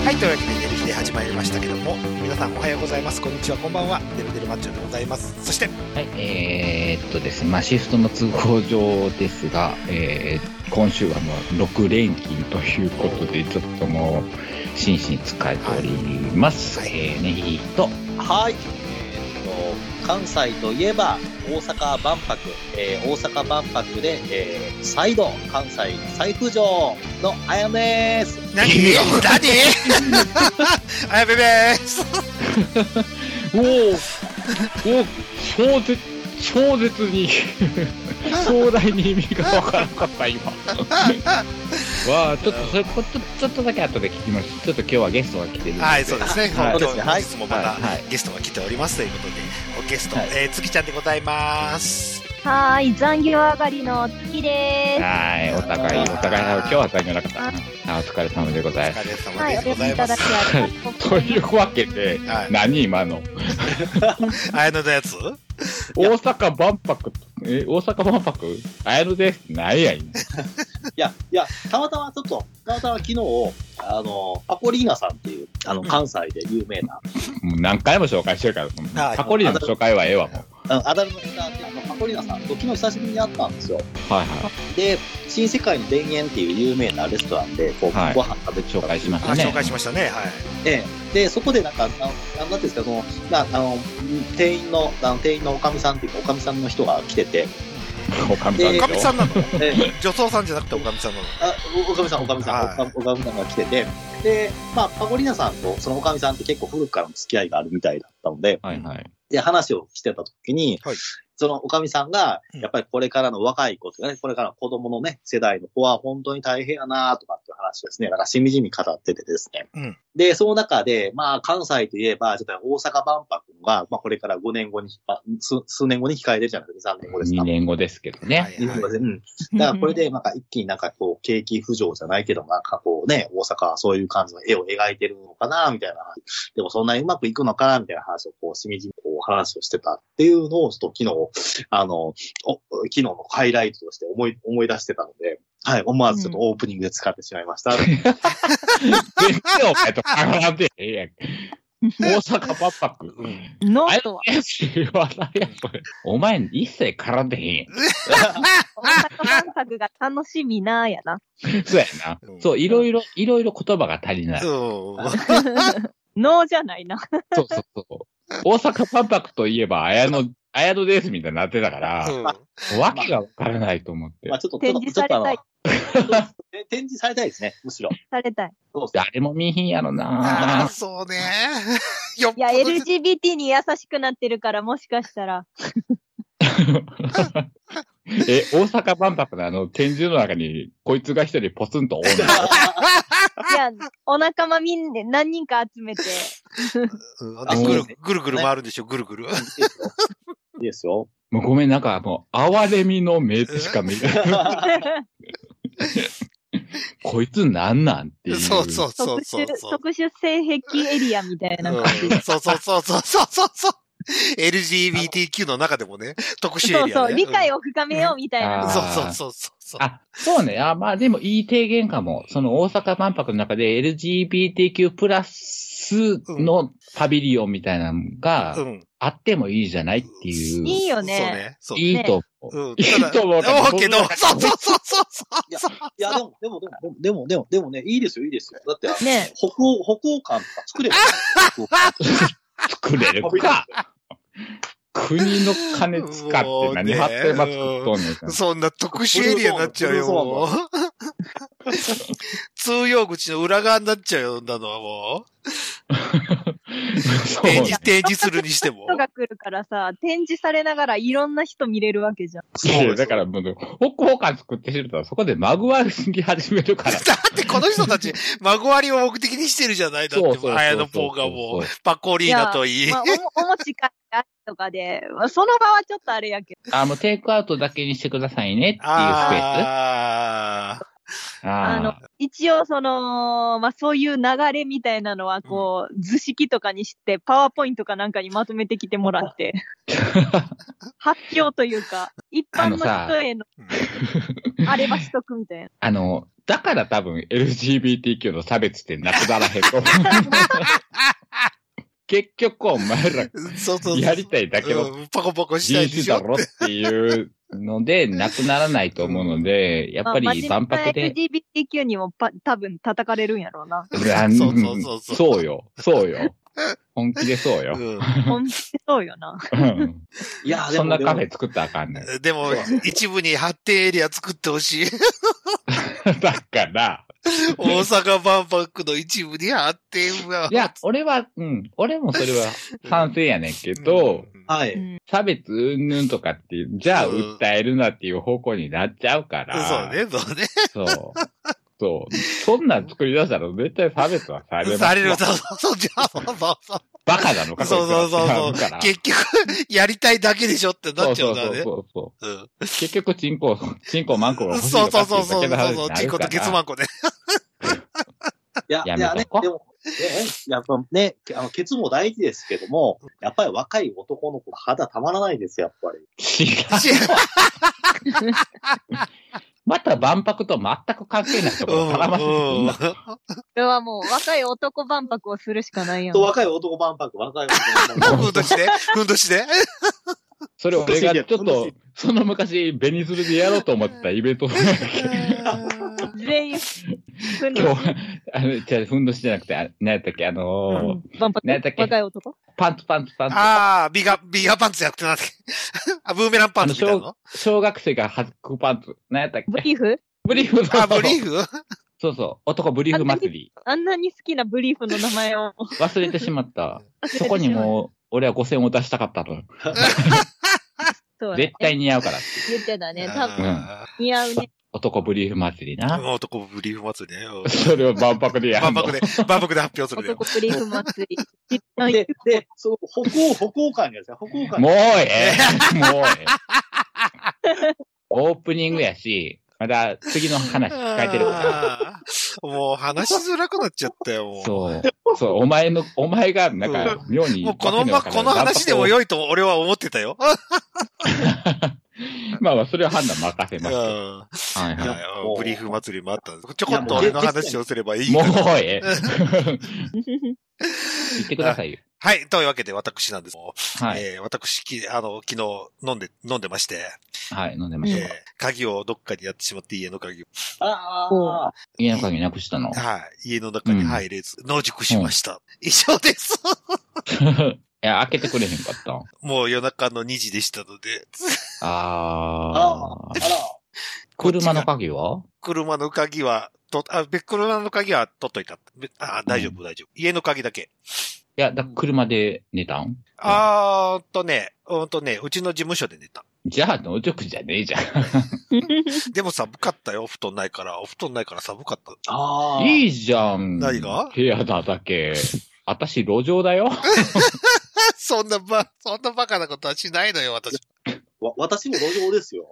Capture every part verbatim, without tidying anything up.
はい、というわけでデルヒで始まりましたけども、皆さんおはようございます、こんにちは、こんばんは。デルデルマッチョでございます。そしてはい、えー、っとですね、まあシフトの都合上ですが、えー、今週はもうろく連勤ということで、ちょっともう心身疲れております。はい、えー、ネギと。 はい。えー、っと関西といえば大阪万博、えー、大阪万博で、えー、再度関西再浮上のあやめです。 何何あやめですおおお超絶超絶に壮大に意味がわからなかった今わあちょっとそれちょっとちょっとだけ後で聞きます。ちょっと今日はゲストが来てるんで、 はい、そうですね、 はい、 本日本日もまたゲストが来ておりますということで、ゲスト、はい、えー、月ちゃんでございます。 はい、残業上がりの月です。 はい、お互いお互い今日は残業なかった。あ、お疲れ様でございます。 お疲れ様でございます。 はい、 というわけで、はい、何今の綾野のやつ？ 大阪万博、え、大阪万博綾野です。何やいん。いやいや、たまたまちょっとたまたま昨日あのパコリーナさんっていうあの関西で有名な、 うん、もう何回も紹介してるから、はい、パコリーナの紹介はええわもう。 アダルのスターってあのパコリーナさんと昨日久しぶりに会ったんですよ。 はいはい。 で、新世界の田園っていう有名なレストランでこう、はい、ご飯食べて紹介しましたね。 紹介しましたね。はい。 で、でそこでなんかあのなんていうんですかそのまああの店員のあの店員のおかみさんっていうかおかみさんの人が来てて。 おかみさん、おかみさんなの？えー、女装さんじゃなくておかみさんなの？ あ、おかみさん、おかみさん、おかみさんが来てて、で、まあパコリーナさんとそのおかみさんって結構古くからの付き合いがあるみたいだったので、 はいはい。 で話をしてた時に、はい、そのおかみさんが、やっぱりこれからの若い子とかね、これからの子供のね、世代の子は本当に大変やなとかっていう話をですね、なんかしみじみ語っててですね。うん、で、その中で、まあ関西といえば、ちょっと大阪万博が、まあこれからごねんごに、数, 数年後に控えてるじゃないですか、に、さんねんごですか。 にねんごですけどね。 はいはい、にねんごで、うん。だからこれで、なんか一気になんかこう、景気浮上じゃないけど、なんかこうね、大阪はそういう感じの絵を描いてるのかな、みたいな。でもそんなにうまくいくのかな、みたいな話をこう、しみじみこう話をしてたっていうのを、ちょっと昨日、あの、お昨日のハイライトとして思い、思い出してたので、はい、思わずちょっとオープニングで使ってしまいました。全然お前と絡んでええやん。大阪万博。 ノートは。 お前一切絡んでへんやん。 大阪万博が楽しみなーやな。 そうやな。そう、いろいろ、いろいろ言葉が足りない。 ノーじゃないな。 そうそうそう。大阪万博といえば、綾野、綾野ですみたいになってたから、うん、わけがわからないと思って。 まあ、ちょっと展示されたい。 展示されたいですね、むしろ。 されたい。 誰も見ひんやろなあそうね。 いや、エルジービーティー に優しくなってるから、もしかしたら。 え、大阪万博のあの展示の中に、こいつが一人ポツンとおるの。いや、お仲間みんな何人か集めて。 うん、ぐるぐるぐる回るんでしょ、ぐるぐる。 いいですよ。 もうごめん、なんかもう、哀れみの目しか見えない。こいつなんなんっていう。 そうそうそうそう。 特殊性癖エリアみたいな感じ、 うん。そうそうそうそうそうそう。エルジービーティーキュー の中でもね、特殊エリア、ね。 そうそう、理解を深めようみたいな。 うん、そうそうそうそう。 あ、そうね。あ、まあでもいい提言かも。その大阪万博の中で エルジービーティーキュー プラスのパビリオンみたいなのがあってもいいじゃないっていう。 いいよね。 そうね。 いいと思う。 うん、 いいと思うけど、そうそうそうそう。 いや、でも、でも、でも、でも、でも、でもね、いいですよ、いいですよ。だって、ね、北欧、北欧館とか作れば作れるか。国の金使って何発展ま作っとんねん。 そんな特殊エリアになっちゃうよ、もう。通用口の裏側になっちゃうよ、なのはもう。展示、展示するにしても。 人が来るからさ、展示されながらいろんな人見れるわけじゃん。 そう、だからもう、北欧館作ってるとそこでマグワリに始めるから。 だってこの人たち、マグワリを目的にしてるじゃない？だって、綾野ポーがもう、パコリーナといい。 いや、まあ、お, お持ち帰りとかで、その場はちょっとあれやけど。 あ、もうテイクアウトだけにしてくださいねっていうスペース。ああ。あの、一応その、まあ、そういう流れみたいなのは、こう、うん、図式とかにして、パワーポイントかなんかにまとめてきてもらって、発表というか、一般の人への、あればしとくみたいな。 あの、 だから多分 エルジービーティーキュー の差別ってなくならへんと思う。結局お前らそうそうやりたいだけのうんパコパコしたい人でしょ種だろっていうのでなくならないと思うので、やっぱり万博まあ、 で。 エルジービーティーキュー にもパ多分叩かれるんやろうな。 あそうそうそうそうそうよ。そうよ。本気でそうよ。 うん本気でそうよな。 うんいや、でそんなも、 カフェ作ったらあかんねん。 でも、一部に発展エリア作ってほしい。 だから、 大阪万博の一部に発展が。 いや、俺は、うん、俺もそれは賛成やねんけど、 うんはい。 うん差別うんぬんとかっていう、じゃあうん訴えるなっていう方向になっちゃうから。 そうね、そうね。 そう。そう。そんなん作り出したら絶対差別はされますわ。 される、そうそうそう、じゃあ、そうそうそう。 バカなのか、 そうそうそうそうこいつらってなるから。 結局、やりたいだけでしょってなっちゃうんだね。 そうそうそううんそう。結局、チンコ、チンコマンコが欲しいそうのかそうそうそう。 っていうだけの話にそうなるから。 チンコとケツマンコで。 いや、 やいやね、 めとこでも、ね、やっぱね、あの、ケツも大事ですけども、やっぱり若い男の子の肌たまらないですよ、やっぱり。 違う。また万博と全く関係ないところ絡ませていいんだ。 これはもう若い男万博をするしかないやんと。若い男万博、若い男万博。 ふんどしでふんどしでそれ俺がちょっと、その昔、ベニズルでやろうと思ってたイベントなんだっけ全員、ふんどし今日、あの、じゃあ、ふんどしじゃなくて、あ何やったっけ、あのー万博何やったっけ若い男パンツパンツパンツ。 ああ、ビガ、ビガパンツじゃなくてなんだっけ。あ、ブーメランパンツみたいなの小学生が履くパンツ。何やったっけブリーフブリーフあ、ブリーフそうそう。男ブリーフ祭り。 あんなに好きなブリーフの名前を忘れてしまった。そこ忘れてしまうにも、俺はごせんを出したかったの。 そうね絶対似合うからって。 言ってたね。多分あ似合うね。 男ブリーフ祭りな。 ー男ブリーフ祭りね。うんそれを万博でやるの。 万博で、万博で発表するね。 男ブリーフ祭り。 で、で、その、歩行、歩行館にですね、歩行館もうに。 ええ。もうええ。オープニングやし、まだ次の話控えてるから。 あーもう話しづらくなっちゃったよ、もう。 そう。そう、お前の、お前が、なんか、妙に。 もうこのま、この話でも良いと俺は思ってたよ。 まあまあ、それは判断任せうん。 ます。ははいはい。 はい。ブリーフ祭りもあったんです。ちょこっと俺の話をすればいいもうかええ。言ってくださいよ。 はい。というわけで私なんです。 はい。 えー私、きあの、昨日飲んで、飲んでまして、 はい、飲んでましょうえー。鍵をどっかにやってしまって家の鍵を、 ああ、 家の鍵なくしたの。 はい。家の中に入れず、野宿しました。以上です。 いや、開けてくれへんかった。 もう夜中のにじでしたので、 あああ、 ー。 あら、 車の鍵は車の鍵は、と、あ、べ車の鍵は取っといた。べあ、大丈夫、大丈夫。家の鍵だけ。 いや、だ車で寝たんあーっとね、うんとね、うちの事務所で寝た。 じゃあ、野宿じゃねえじゃん。 でも寒かったよ、お布団ないから。お布団ないから寒かった。 ああ。 いいじゃん。 何が部屋だだけ。あたし、路上だよ。 そんなば、そんなバカなことはしないのよ、私。 わ、私も路上ですよ。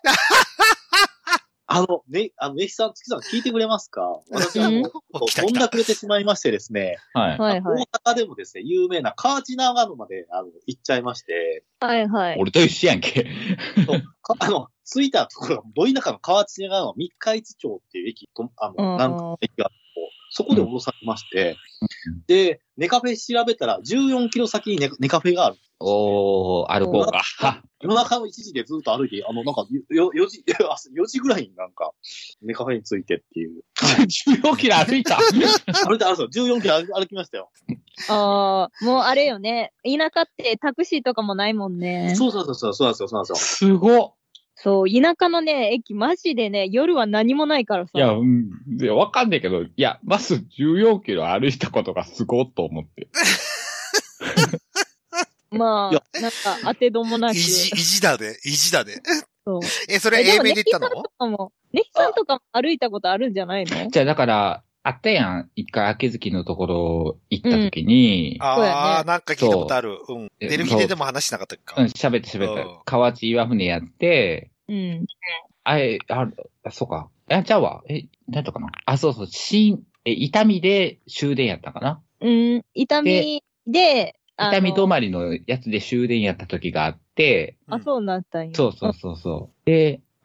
あの、ね、あの、ねひさん、月さん聞いてくれますか私、あうんの、 来た来た飛んだくれてしまいましてですね、 はい。 はいはい。 大阪でもですね、有名な河内長野まで、あの、行っちゃいまして、 はいはい。 俺と一緒やんけ。 そうかあの、着いたところが、ど田舎の河内長野の三日市町っていう駅と、あうんの、なんか駅があって、そこで降ろされまして、で、ネカフェ調べたら、じゅうよんキロ先にネネカフェがある。 おー、歩こうか。は夜中のいちじでずっと歩いて、あの、なんか、よ、よじ、よじぐらいになんか、ネカフェに着いてっていう。 じゅうよんキロ歩いた。 歩いて、あるんですよ。じゅうよんキロ歩歩きましたよ。 ああ、もうあれよね。田舎ってタクシーとかもないもんね。 そうそうそうそう、そうなんですよ、そうなんですよ。 すごっ。 そう、田舎のね、駅マジでね、夜は何もないからさ。 いや、うん。いやわかんないけど、いや、まずじゅうよんキロ歩いたことがすごっと思って。 まいやあ、なんか当てどもなく。 意地、意地だね。意地だね。 そう。 え、それえで A も面で行ったのネヒさんとかも、ネヒさんとかも歩いたことあるんじゃないのじゃあ、だから、あったやん。一回、明月のところ行った時に、 あそうやあ、 ねなんか聞いたことある。うん。 えデルフィネでも話しなかったっうん、 か。 喋って喋っうんた。河内岩船やって、 うん。 あえ、あ、あそうか。え、ちゃうわ。え、なんとかな。あ、そうそう。新、え、痛みで終電やったかな。 うん。痛みで、あの痛み止まりのやつで終電やった時があって、 あ、そうなったんや。 そうそうそうそう。で、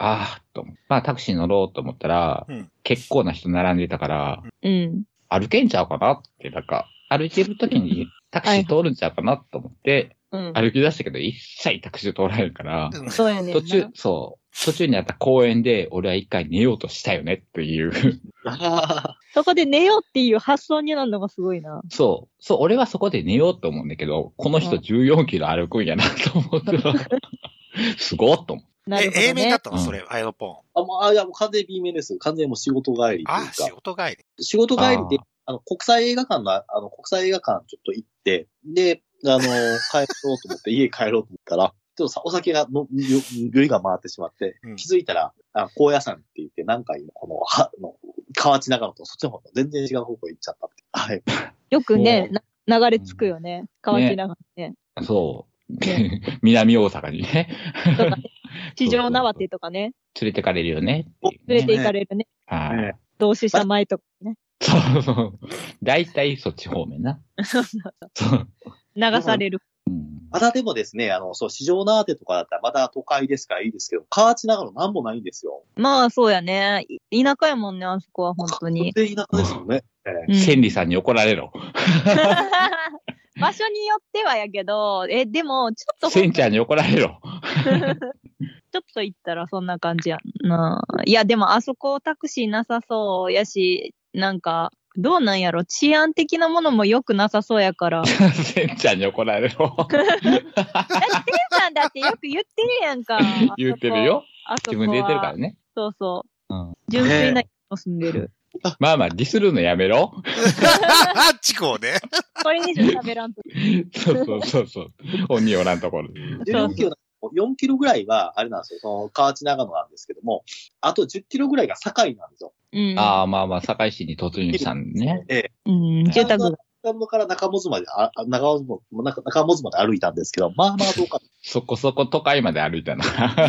ああ、と。まあタクシー乗ろうと思ったら、 うん、 結構な人並んでたから、 うん。 歩けんちゃうかなって、なんか、歩いてる時にタクシー通るんちゃうかなと思って、うん、歩き出したけど、一切タクシー通らへんから、 そうやね。 途中、そう、途中にあった公園で、俺は一回寝ようとしたよねっていう。 そこで寝ようっていう発想になるのがすごいな。 そう、そう、俺はそこで寝ようと思うんだけど、この人じゅうよんキロ歩くんやなと思って、すごっと思う。 なるほどね、え、A 面だったのそれ、あやのぽん。 あ、もう、あ、いや、もう完全に B 面です。完全にもう仕事帰りというか。 あ、仕事帰り。 仕事帰りで、あの、国際映画館の、あの、国際映画館ちょっと行って、で、あの、帰ろうと思って、家帰ろうと思ったら、ちょっとさ、お酒がの、酔いが回ってしまって、うん、気づいたら、あ高野山って言って、何回もこの、は、の、河内長野とそっちの方と全然違う方向行っちゃったって。はい。 よくね、流れ着くよね。河内長野ね。 ねそう。ね、南大阪にね。 とかね。地上縄手とかね。 連れてかれるよね。 連れて行かれるね。 はい。 同志社前とかね。 そうそう。大体そっち方面な。 そうそうそう。流される。 まだでもですね、あの、そう、市場縄手とかだったらまだ都会ですからいいですけど、河内長野なんもないんですよ。 まあ、そうやね。田舎やもんね、あそこは本当に。 全然田舎ですよね。 うん、千里さんに怒られろ。 場所によってはやけど、え、でも、ちょっと。 千ちゃんに怒られろ。 ちょっと行ったらそんな感じやな。いや、でもあそこタクシーなさそうやし、なんか、どうなんやろ治安的なものも良くなさそうやから。 せんちゃんに怒られろ。 せんさんだってよく言ってるやんか。 言ってるよ。自分で言ってるからね。 そうそう。うん、純粋な人住んでる。 まあまあ、ディスるのやめろ。 チコをね。 これにしか喋らんと。 そうそうそうそう。本人おらんところ。 よんキロぐらいは、あれなんですよ。その、河内長野なんですけども、あとじゅっキロぐらいが堺なんですよ。 うん、ああ、まあまあ、堺市に突入したんね。 ええ。 うん、住宅街。 中野から中本まで、あ中本中本まで歩いたんですけど、まあまあどうか。 そこそこ都会まで歩いたな。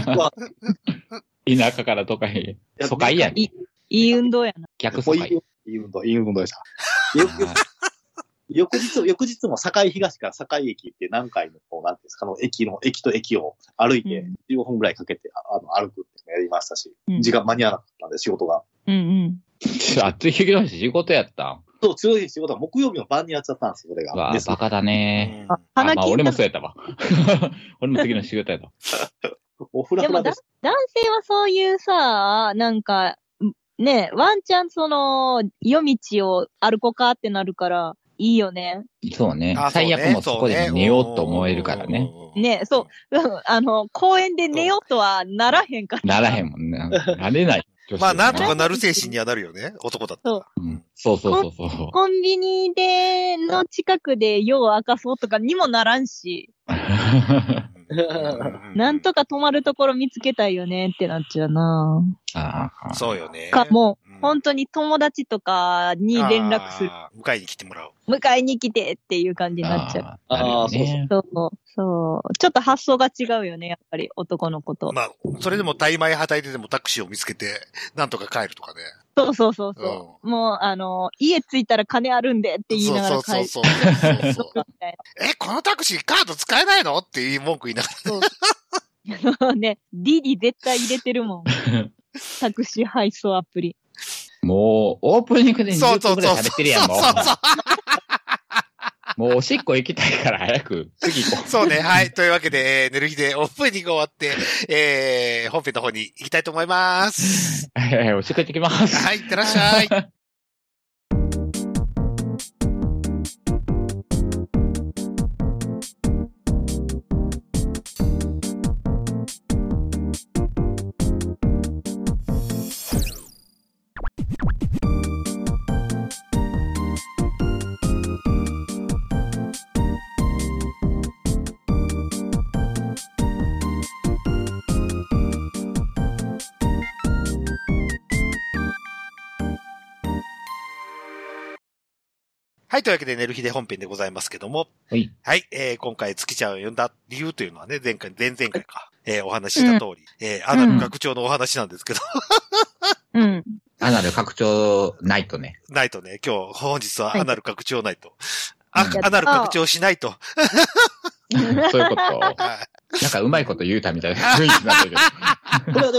田舎から都会。都会やね。 いい運動やな。 逆都会。 いい運動、いい運動でした。翌日、翌日も堺東から堺駅って何回もこう、なんていうんですか、あの、駅の、駅と駅を歩いて、じゅうごふんぐらいかけて、あの、歩くっていうのをやりましたし、うん、時間間に合わなかったんで、仕事が。 うんうん。 暑い日の仕事やったんそう、強い仕事は木曜日の晩にやっちゃったんですよ、それが。 わあ、バカだねー。 あ、花金。 まあ、俺もそうやったわ。俺も次の仕事やった。 おふらふらです。 でもだ、男性はそういうさ、なんか、ね、ワンチャンその、夜道を歩こうかってなるから、いいよね。 そうね。最悪もそこで寝ようと思えるからね。 ね、そう。あの、公園で寝ようとはならへんから。 ならへんもんね。なれない。 まあ、なんとかなる精神にはなるよね。男だったら。 そう。うん、そうそうそうそう。 コンビニで、の近くで夜を明かそうとかにもならんし。なんとか泊まるところ見つけたいよねってなっちゃうな。 ああ。そうよね。 か、もう、うん、本当に友達とかに連絡する。 迎えに来てもらう。 迎えに来てっていう感じになっちゃう。 ああ、そうそう。 そう。そう。ちょっと発想が違うよね、やっぱり男の子と。 まあ、それでも大枚はたいてでもタクシーを見つけて、なんとか帰るとかね。 そうそうそうそう、うん。もう、あの、家着いたら金あるんでって言いながら帰る。 そうそうそうそうそうえ、このタクシーカード使えないのっていう文句言いながら。 そう。ね、ディディ絶対入れてるもん。タクシー配送アプリ。 もう、オープニングでにじゅっぷんくらい食べてるやん、もう。もうおしっこ行きたいから早く次行こう。 そうね。はい。というわけで、えー、寝る日でオープニング終わって、えー、本編の方に行きたいと思います。 はい、おしっこ行ってきます。 はい、行ってらっしゃい。はい。というわけで、寝る日で本編でございますけども。 はい。 はい。えー、今回、月ちゃんを呼んだ理由というのはね、前回、前々回か、えー、お話しした通り、うん、えー、アナル拡張のお話なんですけど。 うん。 アナル拡張ナイトね。 ナイトね。今日、本日はアナル拡張ナイト。はい、あ、アナル拡張しないと。 そういうこと。なんかうまいこと言うたみたいな雰囲気になってるけど。 これはでも、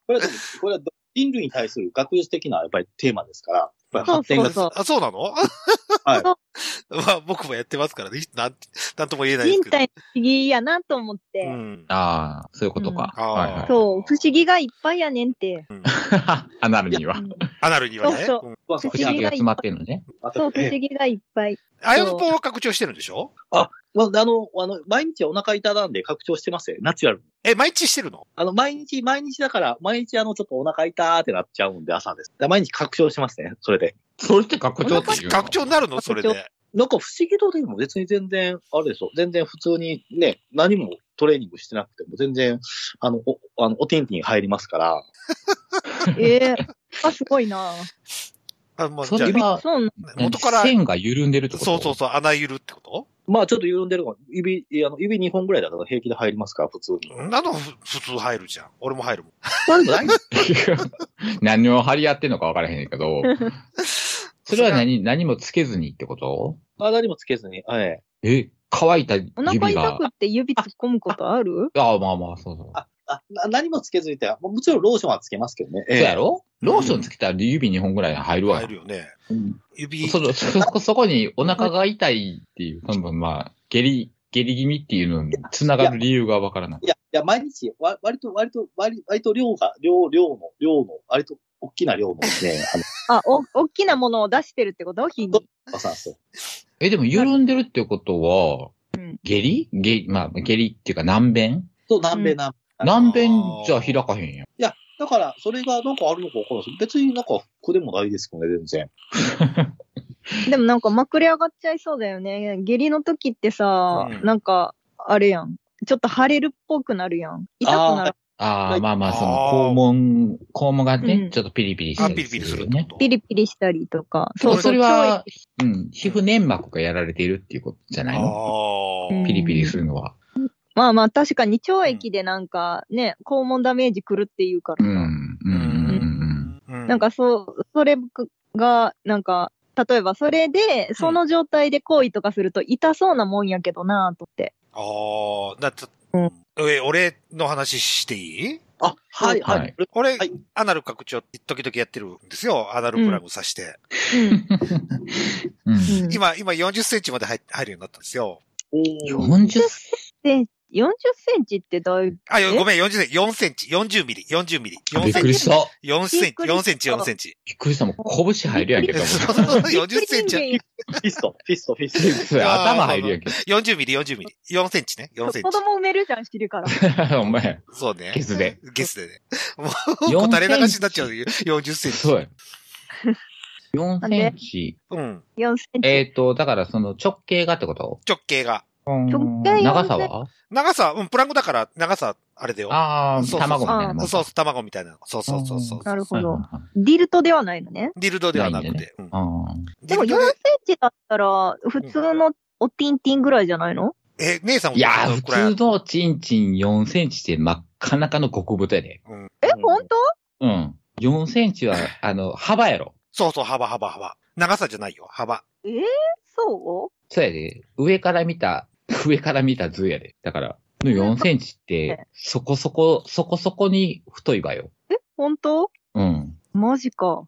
これはでも、これは人類に対する学術的なやっぱりテーマですから、やっぱり発展が、 そうそうあ、そうなのはい。 まあ、僕もやってますからね。なん、なんとも言えないですけど。 人体不思議やなと思って。 うん。 ああ、そういうことか。 うんはいはい。 そう、不思議がいっぱいやねんって。 うんアナルにはう。んアナルにはね。 そうそううんまあ、 不思議が詰まってるのね。 そう、不思議がいっぱい。 あやむぽんは拡張してるんでしょあ、まあ、あの、あの、毎日お腹痛なんで拡張してますよ。ナチュラルに。 え、毎日してるのあの、毎日、毎日だから、毎日あの、ちょっとお腹痛ーってなっちゃうんで、朝です。だから毎日拡張してますね、それで。 それって拡張っていうの拡張になるのそれで。 なんか不思議とでも別に全然、あれですよ。全然普通にね、何もトレーニングしてなくても全然、あの、お、あの、お天気に入りますから。 ええー、あ、すごいな。 あ、もう、じゃあ、 それは、 そうな元から、 線が緩んでるってことそうそうそう、穴ゆるってことまあちょっと緩んでるの指、あの、指にほんぐらいだったら平気で入りますから、普通に。 なのふ普通入るじゃん。俺も入るもん。 まあでもない何を張り合ってんのか分からへんけど、それは何、何もつけずにってことあ、何もつけずに、はい。 え、乾いたお腹指が痛く。って指突っ込むことあるああ、まあまあ、そうそう。 あ、あ、な何もつけずにって、ももちろんローションはつけますけどね。 そうやろローションつけたら指にほんぐらい入るわ。 入るよね。 うん指、 そのそこ、そこにお腹が痛いっていう、多分まあ、下痢、下痢気味っていうのに繋がる理由がわからない。 いや、いや、毎日、わ割と、割と、割割と量が、量、量の、量の、割と大きな量のですね、あの、 あ、お、大きなものを出してるってこと日に。 朝なんですよ。 え、でも緩んでるってことは、 うん下痢下まあ、下痢っていうか難便そう、南米、 うん南米。 難便じゃ開かへんやん。 いや、だから、それがなんかあるのかわからないです。別になんか苦でもないですけどね、全然。 でもなんかまくれ上がっちゃいそうだよね。下痢の時ってさ、 うんなんか、あれやん。ちょっと腫れるっぽくなるやん。痛くなる。 ああ、まあまあ、その、 あー肛門、肛門がね、 うんちょっとピリピリしたあ、 りピリピリするよね。 ってことピリピリしたりとか。 そう、それ腸は、うん、皮膚粘膜がやられているっていうことじゃないのああ。 ピリピリするのは。 まあまあ確かに腸液でなんかね、肛門ダメージくるって言うからさ。 うん、うん、うん、 うん。 なんかそう、それが、なんか、例えばそれで、その状態で行為とかすると痛そうなもんやけどなぁとって。 ああ、だって、 うんえ、俺の話していいあ、はい、 ははいい。 俺、 はいアナル拡張時々やってるんですよ。アナルプラグさして。 うん。 うん。 うん、 今、今よんじゅっセンチまで入入るようになったんですよ。 おーよんじゅっで、よんじゅっセンチってだいぶ、 あ、よえごめん、よんじゅっセンチ、よんセンチ、よんじゅうミリ、よんじゅうミリ、4 びっセンチ、 くりした。 4センチ、 びっくりしたよんセンチ、よんセンチ。 びっくりした。もう拳入るやんけど。 よんじゅっセンチ、 フィスト、フィスト、フィスト。 それ頭入るやんけよんじゅうミリ、よんじゅうミリ、よんセンチね、よんセンチ子。供産めるじゃん、知るから。 ど。お前、 そうね。 ゲスで。 ゲスでね。もう、垂れ流しになっちゃうよ。よんじゅっセンチ。 そうや。よんセンチ。 うん。 よんセンチ。 えっと、だからその直径がってこと直径が。 直径長さは長さ、うん、プランクだから、長さ、あれだよ。 ああ、 そうそう卵みたいなもんか。 そうそう、卵みたいな。そうそうそうそう。 なるほどはいはいはいディルトではないのね。 ディルドではなくないんでて。うんあでもディルドよんセンチだったら、普通のおティンティンぐらいじゃないのえ、姉さんもーいやー、普どのくらい通のチンチンよんセンチってなかなかの極太やで。 うん。 え、ほんとうん。よんセンチは、あの、幅やろ。 そうそう、幅、幅、幅。長さじゃないよ、幅。 えー、そそうやで。上から見た、上から見た図やで。だから、のよんセンチって、そこそこ、そこそこに太いわよ。 うえ、ほんとうん。 マジか。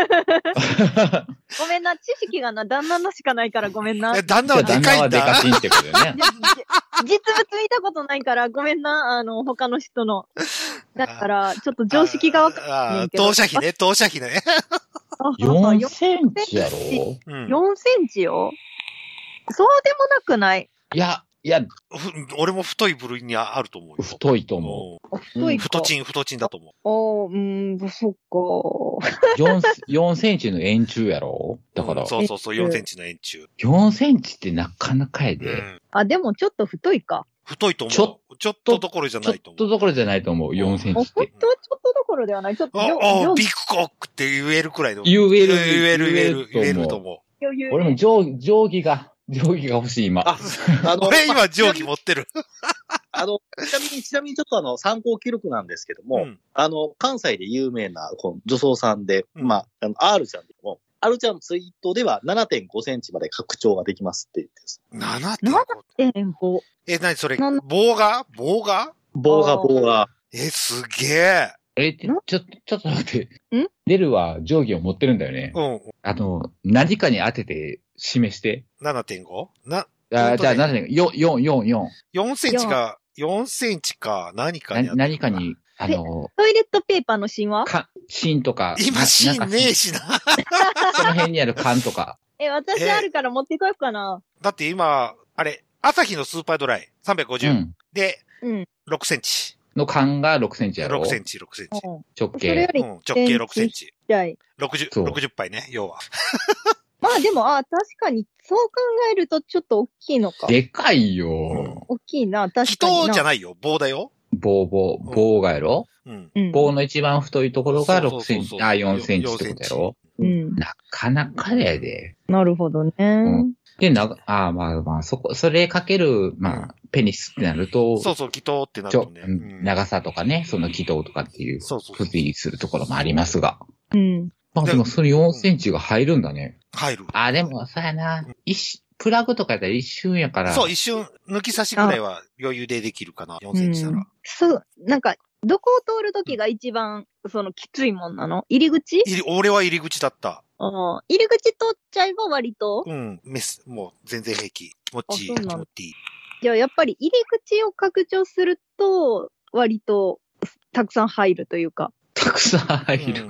ごめんな、知識がな、旦那のしかないからごめんな。 え、 じ旦那はで旦那はかいんだ。 でかしんってことよね。 じ実物見たことないからごめんな、あの、他の人の。だから、ちょっと常識がわかんああ、 ねんけど。 当社費ね、当社費ね。 よんセンチやろうん。 よんセンチよそうでもなくないいや、いや、 ふ俺も太い部類にあると思うよ。 太いと思う。 太いか。 太チン、太チンだと思う。 ああ、うーん、そっか。 う。よん、よんセンチの円柱やろだからうん、そうそうそう、よんセンチの円柱。 よんセンチってなかなかやうで。 ん。 あ、でもちょっと太いか。 太いと思う。 ちょちょっとどころじゃちょっないと思う。 とどころじゃないと思う、よんセンあ、 チって。 ほんとちょっとどころではない。ちょっと、 あ、 よあ、 よビッグコックって言えるくらいの。 言える言える、言える、言え言えると思うると思余裕俺も定規、定規が、定規が欲しい、今。 あ、あう。 の、 俺ま今定規持ってる。 あの、ちなみに、ちなみにちょっとあの、参考記録なんですけども、 うんあの、関西で有名な、この女装さんで、 うんまあ、あの、R ちゃんでも、R ちゃんのツイートでは ななてんごセンチまで拡張ができますって言ってます。 ななてんご。 えんご。 え、なにそれ、 なん棒が棒が棒が棒が。 え、すげえ。 え、ちょ、ちょ、ちょっと待って。 んデルは定規を持ってるんだよね。 うん。 あの、何かに当てて示して。 ななてんご? な、 あ、じゃあ何でよん、よん、よん、よん。 よんセンチか、よんセンチか、何かにな何かに、あの、 トイレットペーパーの芯はか、芯とか。 今芯ねえしな。 その辺にある缶とか。 え、私あるから持ってこようかな。 だって今、あれ、朝日のスーパードライさんびゃくごじゅう、うん、で、 うん、 ろくセンチ。 の缶がろくセンチやろ ?ろくセンチ、ろくセンチ。 直径。 それより、 うん、直径ろくセンチ。ろくじゅう、ろくじゅっぱいね、要は。 まあでも、あ、確かに、そう考えるとちょっと大きいのか。 でかいよ。 大きいな、確かに。 人じゃないよ、棒だよ。 棒、棒、棒がやろ、うん、棒の一番太いところがろくセンチ、あ、よんセンチってことやろうん。なかなかやで。 なるほどね。うん、 で、な、あまあまあ、そこ、それかける、まあ、ペニスってなると、 そうそう、気筒ってなるとね。 うん、長さとかね、その気筒とかっていう、そうそう。付随するところもありますが。うん。まあでも、そのよんセンチが入るんだね。 入る。 あ、でも、そうやな。一、プラグとかやったら一瞬やから。 そう、一瞬、抜き差しぐらいは余裕でできるかな、よんセンチなら。うん、 そう、なんか、どこを通るときが一番、その、きついもんなの？入り口？ 入り、俺は入り口だった。 ああ、入り口通っちゃえば割と？ うん、メス、もう全然平気。もっちい、もっちいい。 じゃあ、やっぱり入り口を拡張すると、割と、たくさん入るというか。 たくさん入る。うん、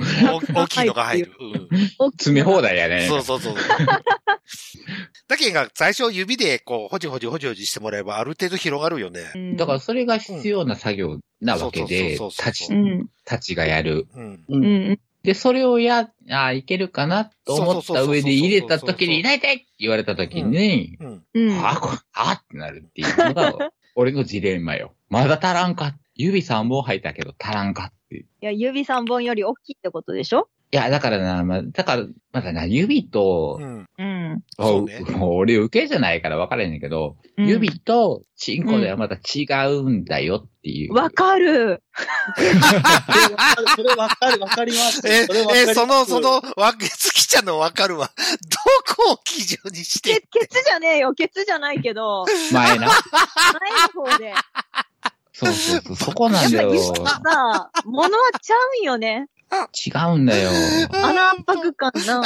大きいのが入る。 うん。詰め放題やね。 そうそうそう。だけが最初指でこう、ほじほじほじほじしてもらえばある程度広がるよね。 うん、だからそれが必要な作業なわけで、立ち、立ちがやる。うんうん、で、それをや、あいけるかなと思った上で入れた時に、痛い痛いって言われた時に、あ、こあってなるっていうのが、俺のジレンマよ。まだ足らんか。指さんぼん入ったけど足らんかっていう。いや、指さんぼんより大きいってことでしょ？ いや、だからな、ま、だから、まだな、指と、うん。うん。そうね。もう俺受けじゃないから分からへんねんけど、うん、指とチンコではまた違うんだよっていう。 わ、うん、かる。 それわかる、わかります。 え、え、その、その、わ、月ちゃんのわかるわ。どこを基準にして。 ケツじゃねえよ、ケツじゃないけど。 前な。 前の方で。 そうそうそう、そこなんだよ。 やっぱ指さ、物はちゃうんよね。 違うんだよ。 あの圧迫感な。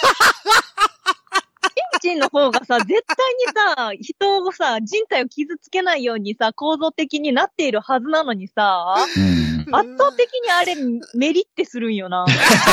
チンチンの方がさ、絶対にさ、人をさ、人体を傷つけないようにさ、構造的になっているはずなのにさ、うん、圧倒的にあれ、メリってするんよな。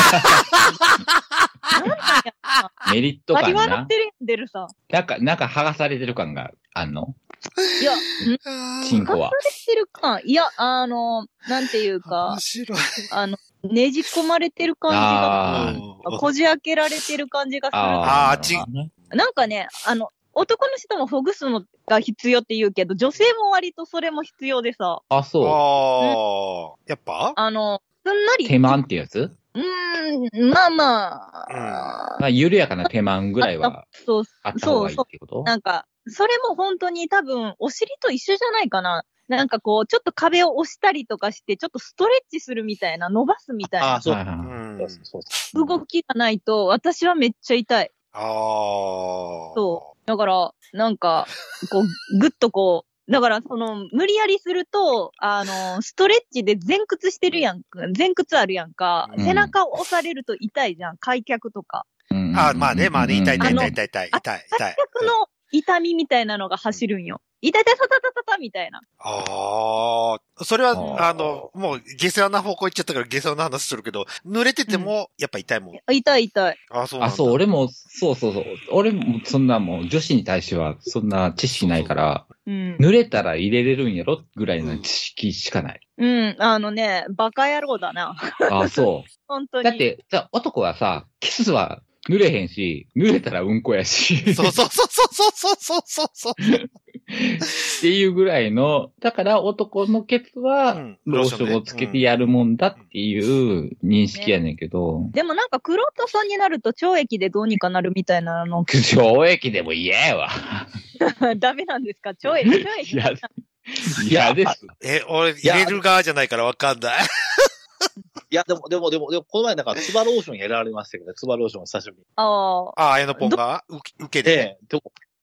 なんだよ。 メリット感な。 割り笑ってるんでるさ。 なんか、なんか剥がされてる感があんの？ いや、 チンコは。 剥がされてる感。いや、あの、なんていうか、 面白い。 あの、ねじ込まれてる感じが、こじ開けられてる感じがする。ああ、ち、なんかね、あの、男の人もほぐすのが必要って言うけど、女性も割とそれも必要でさ。 あ、そう。 ああ、やっぱあの、すんなり。 手間ってやつ？ うーん、まあまあ。うん、 まあ、緩やかな手間ぐらいはそうあった方がいいってこと？ なんか、それも本当に多分、お尻と一緒じゃないかな。なんかこう、ちょっと壁を押したりとかして、ちょっとストレッチするみたいな、伸ばすみたいな。 あ、そう。 動きがないと、私はめっちゃ痛い。 ああ。 そう。だから、なんか、こう、ぐっとこう、だから、その、無理やりすると、あの、ストレッチで前屈してるやんか。前屈あるやんか。うん、背中を押されると痛いじゃん。開脚とか。 うん、あ、まあね、まあね、痛い痛い痛い痛い痛い痛い。 開脚の痛みみたいなのが走るんよ。痛い痛いたたたたたみたいな。 ああ。それは、あの、もう、下世話な方向行っちゃったから下世話な話するけど、濡れてても、やっぱ痛いもん。 うん、痛い痛い。 あ、そうなんだ。 あ、そう、俺も、そうそうそう。俺も、そんなもう、女子に対しては、そんな知識ないから、そうそう、うん、濡れたら入れれるんやろぐらいの知識しかない。 うん、うん、あのね、バカ野郎だな。 あ、そう。 本当に。 だって、じゃ男はさ、キスは、濡れへんし、濡れたらうんこやし。 そうそうそうそうそうそうそうそう。 っていうぐらいの、だから男のケツは、ローションをつけてやるもんだっていう認識やねんけど。 ね、でもなんか、クロートさんになると懲役でどうにかなるみたいなの。 懲役でも嫌やわ。 ダメなんですか？懲役、懲役。 いや、嫌です。 え、俺、入れる側じゃないからわかんない。 いや、でも、でも、でも、でも、この前なんか、ツバローションやられましたけどね、ツバローション久しぶりに。 ああ。 ああ、あやのポンが受けで。 で、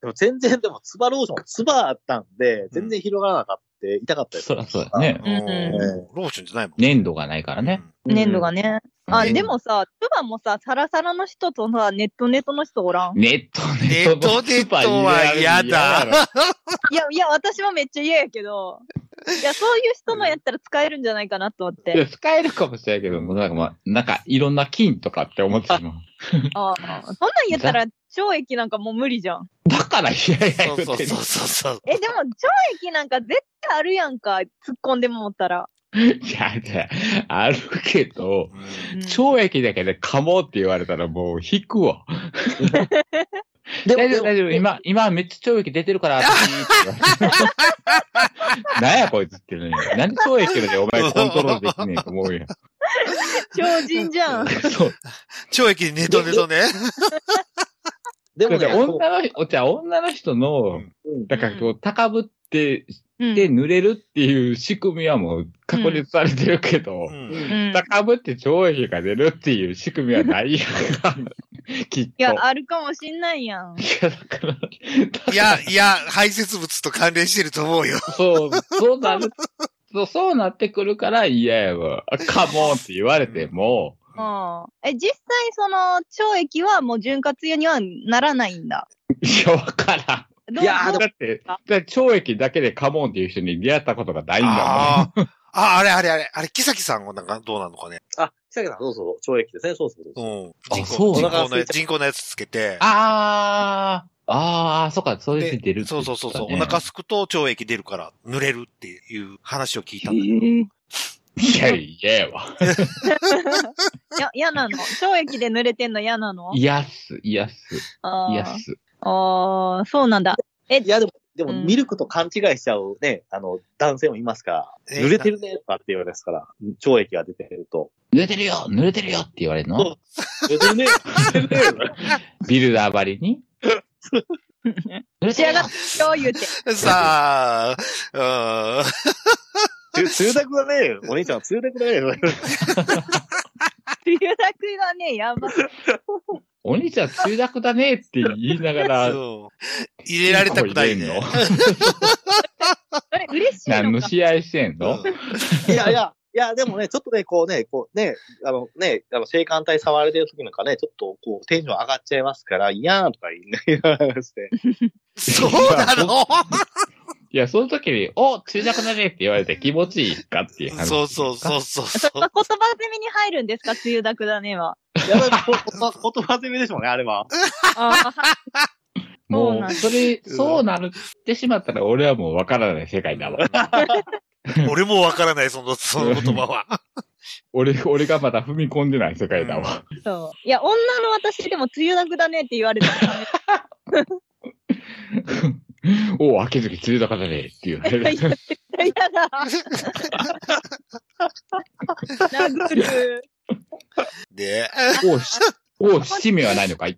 でも全然でも、ツバローション、ツバあったんで、全然広がらなかった。痛かったです。 そらそうだね。 うん。ローションじゃないもん。 粘土がないからね。 粘土がね。あ、 うん、 でもさ、ツバもさ、サラサラの人とさ、ネットネットの人おらん？ ネットネットのネットネットは嫌だ。 いや、いや、私もめっちゃ嫌やけど、いや、そういう人のやったら使えるんじゃないかなと思って。 いや、使えるかもしれないけど、もうなんかまあ、なんかいろんな金とかって思ってしまう。 ああ、そんなん言ったら、懲役なんかもう無理じゃん。 だから嫌や言うてそうそうそうそう。 え、でも、懲役なんか絶対あるやんか、突っ込んでもったら。 いや、じゃあ、あるけど、うん、懲役だけでかもって言われたらもう引くわ。大丈夫、大丈夫。今、今めっちゃ懲役出てるから、なんやこいつって言うのに。なんで懲役でお前コントロールできねえと思うやん。 超人じゃん。 そう。 懲役でネトネトね。 でもね、女の人、じゃあ女の人の、うん、だからこう、高ぶって、で、濡れるっていう仕組みはもう確立されてるけど、うん、高ぶって懲役が出るっていう仕組みはないやんか。きっと。いや、あるかもしんないやん。 いや、だから。 いや、いや、排泄物と関連してると思うよ。 そう、そうなる。そう、そうなってくるから嫌やわ。カモンって言われても、 うん。え、実際その懲役はもう潤滑油にはならないんだ。 いや、わからん。いや、だって、懲役だけでカモンっていう人に出会ったことがないんだもん。 ああ、あれあれあれ、あれ、木崎さんはなんかどうなのかね。 あ、木崎さん、そうそう、懲役ですね、そうそうそう。 うん。人工、人工のやつ、人工のやつつけて。 ああ、ああ、そっか、そういう出るって、ね。 そうそうそうそう。お腹すくと懲役出るから濡れるっていう話を聞いたんだけど。いや、嫌やわ。 いや、嫌なの。懲役で濡れてんの嫌なの？ 嫌っす、嫌っす。嫌っす。 ああ、そうなんだ。え、 いや、でも、でも、ミルクと勘違いしちゃうね、うん、あの、男性もいますから、濡れてるね、とかって言われますから、懲役が出てると。 濡れてるよ濡れてるよって言われるの？ そう。濡れてるね濡れてるねビルダーばりに濡れてるよそう言うて。 さあ、 うん。つゆだくだね。お兄ちゃん、つゆだくだね。 つゆだくがね、やばい。 お兄ちゃん、つゆだくだねって言いながら、 入れられたくないの。 あれ、嬉しいのか。 何の試合してんの？ いやいや、いや、でもね、ちょっとね、こうね、こうね、あのね、あの、性感帯触られてる時なんかね、ちょっとこう、テンション上がっちゃいますから、いやーとか言いながらして。 そうなの？ いや、その時に、お、つゆだくだねって言われて気持ちいいかっていう話。 そうそうそうそう。 それは言葉攻めに入るんですか、つゆだくだねは。 やばい、言葉攻めでしょうね、あれは。 あもう、それ、そうなるってしまったら、俺はもうわからない世界だわ。 俺もわからない、その、その言葉は。 俺、俺がまだ踏み込んでない世界だわ。 そう。いや、女の私でもつゆだくだねって言われたら、ね。 おう、秋月つゆだくだねって言われる。 いや、絶対嫌だ。殴る。 で、 おう、おう、七味はないのかい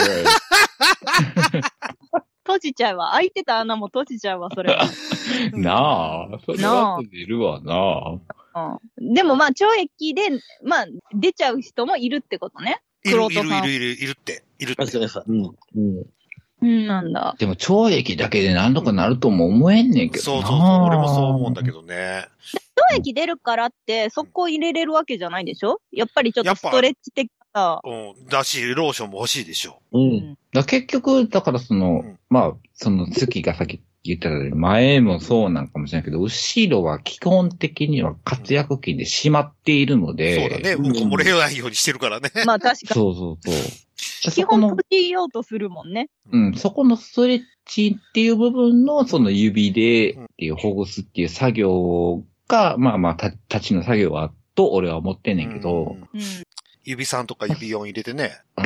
閉じちゃうわ。開いてた穴も閉じちゃうわ、それは。 なあ、それは出るわなあ。うん。でもまあ、懲役で、まあ、出ちゃう人もいるってことね。 いる、いる、いる、いる、いるって。いるって。 うん。うんうん、なんだ。 でも、懲役だけで何とかなるとも思えんねんけどな。 そうそうそう。俺もそう思うんだけどね。 懲役出るからって、速攻入れれるわけじゃないでしょ？やっぱりちょっとストレッチ的な。 うん。だし、ローションも欲しいでしょ。 うん。だ結局、だからその、うん、まあ、その月がさっき言ったように、前もそうなんかもしれないけど、後ろは基本的には活躍期で締まっているので。 そうだね。うんこ漏れないようにしてるからね。 まあ確かに。 そうそうそう。 基本閉じようとするもんね。 うん、そこのストレッチっていう部分の、その指でっていうほぐすっていう作業が、まあまあ、た、立ちの作業は、と俺は思ってんねんけど。 うん、 指さんとか指よん入れてね。 うん。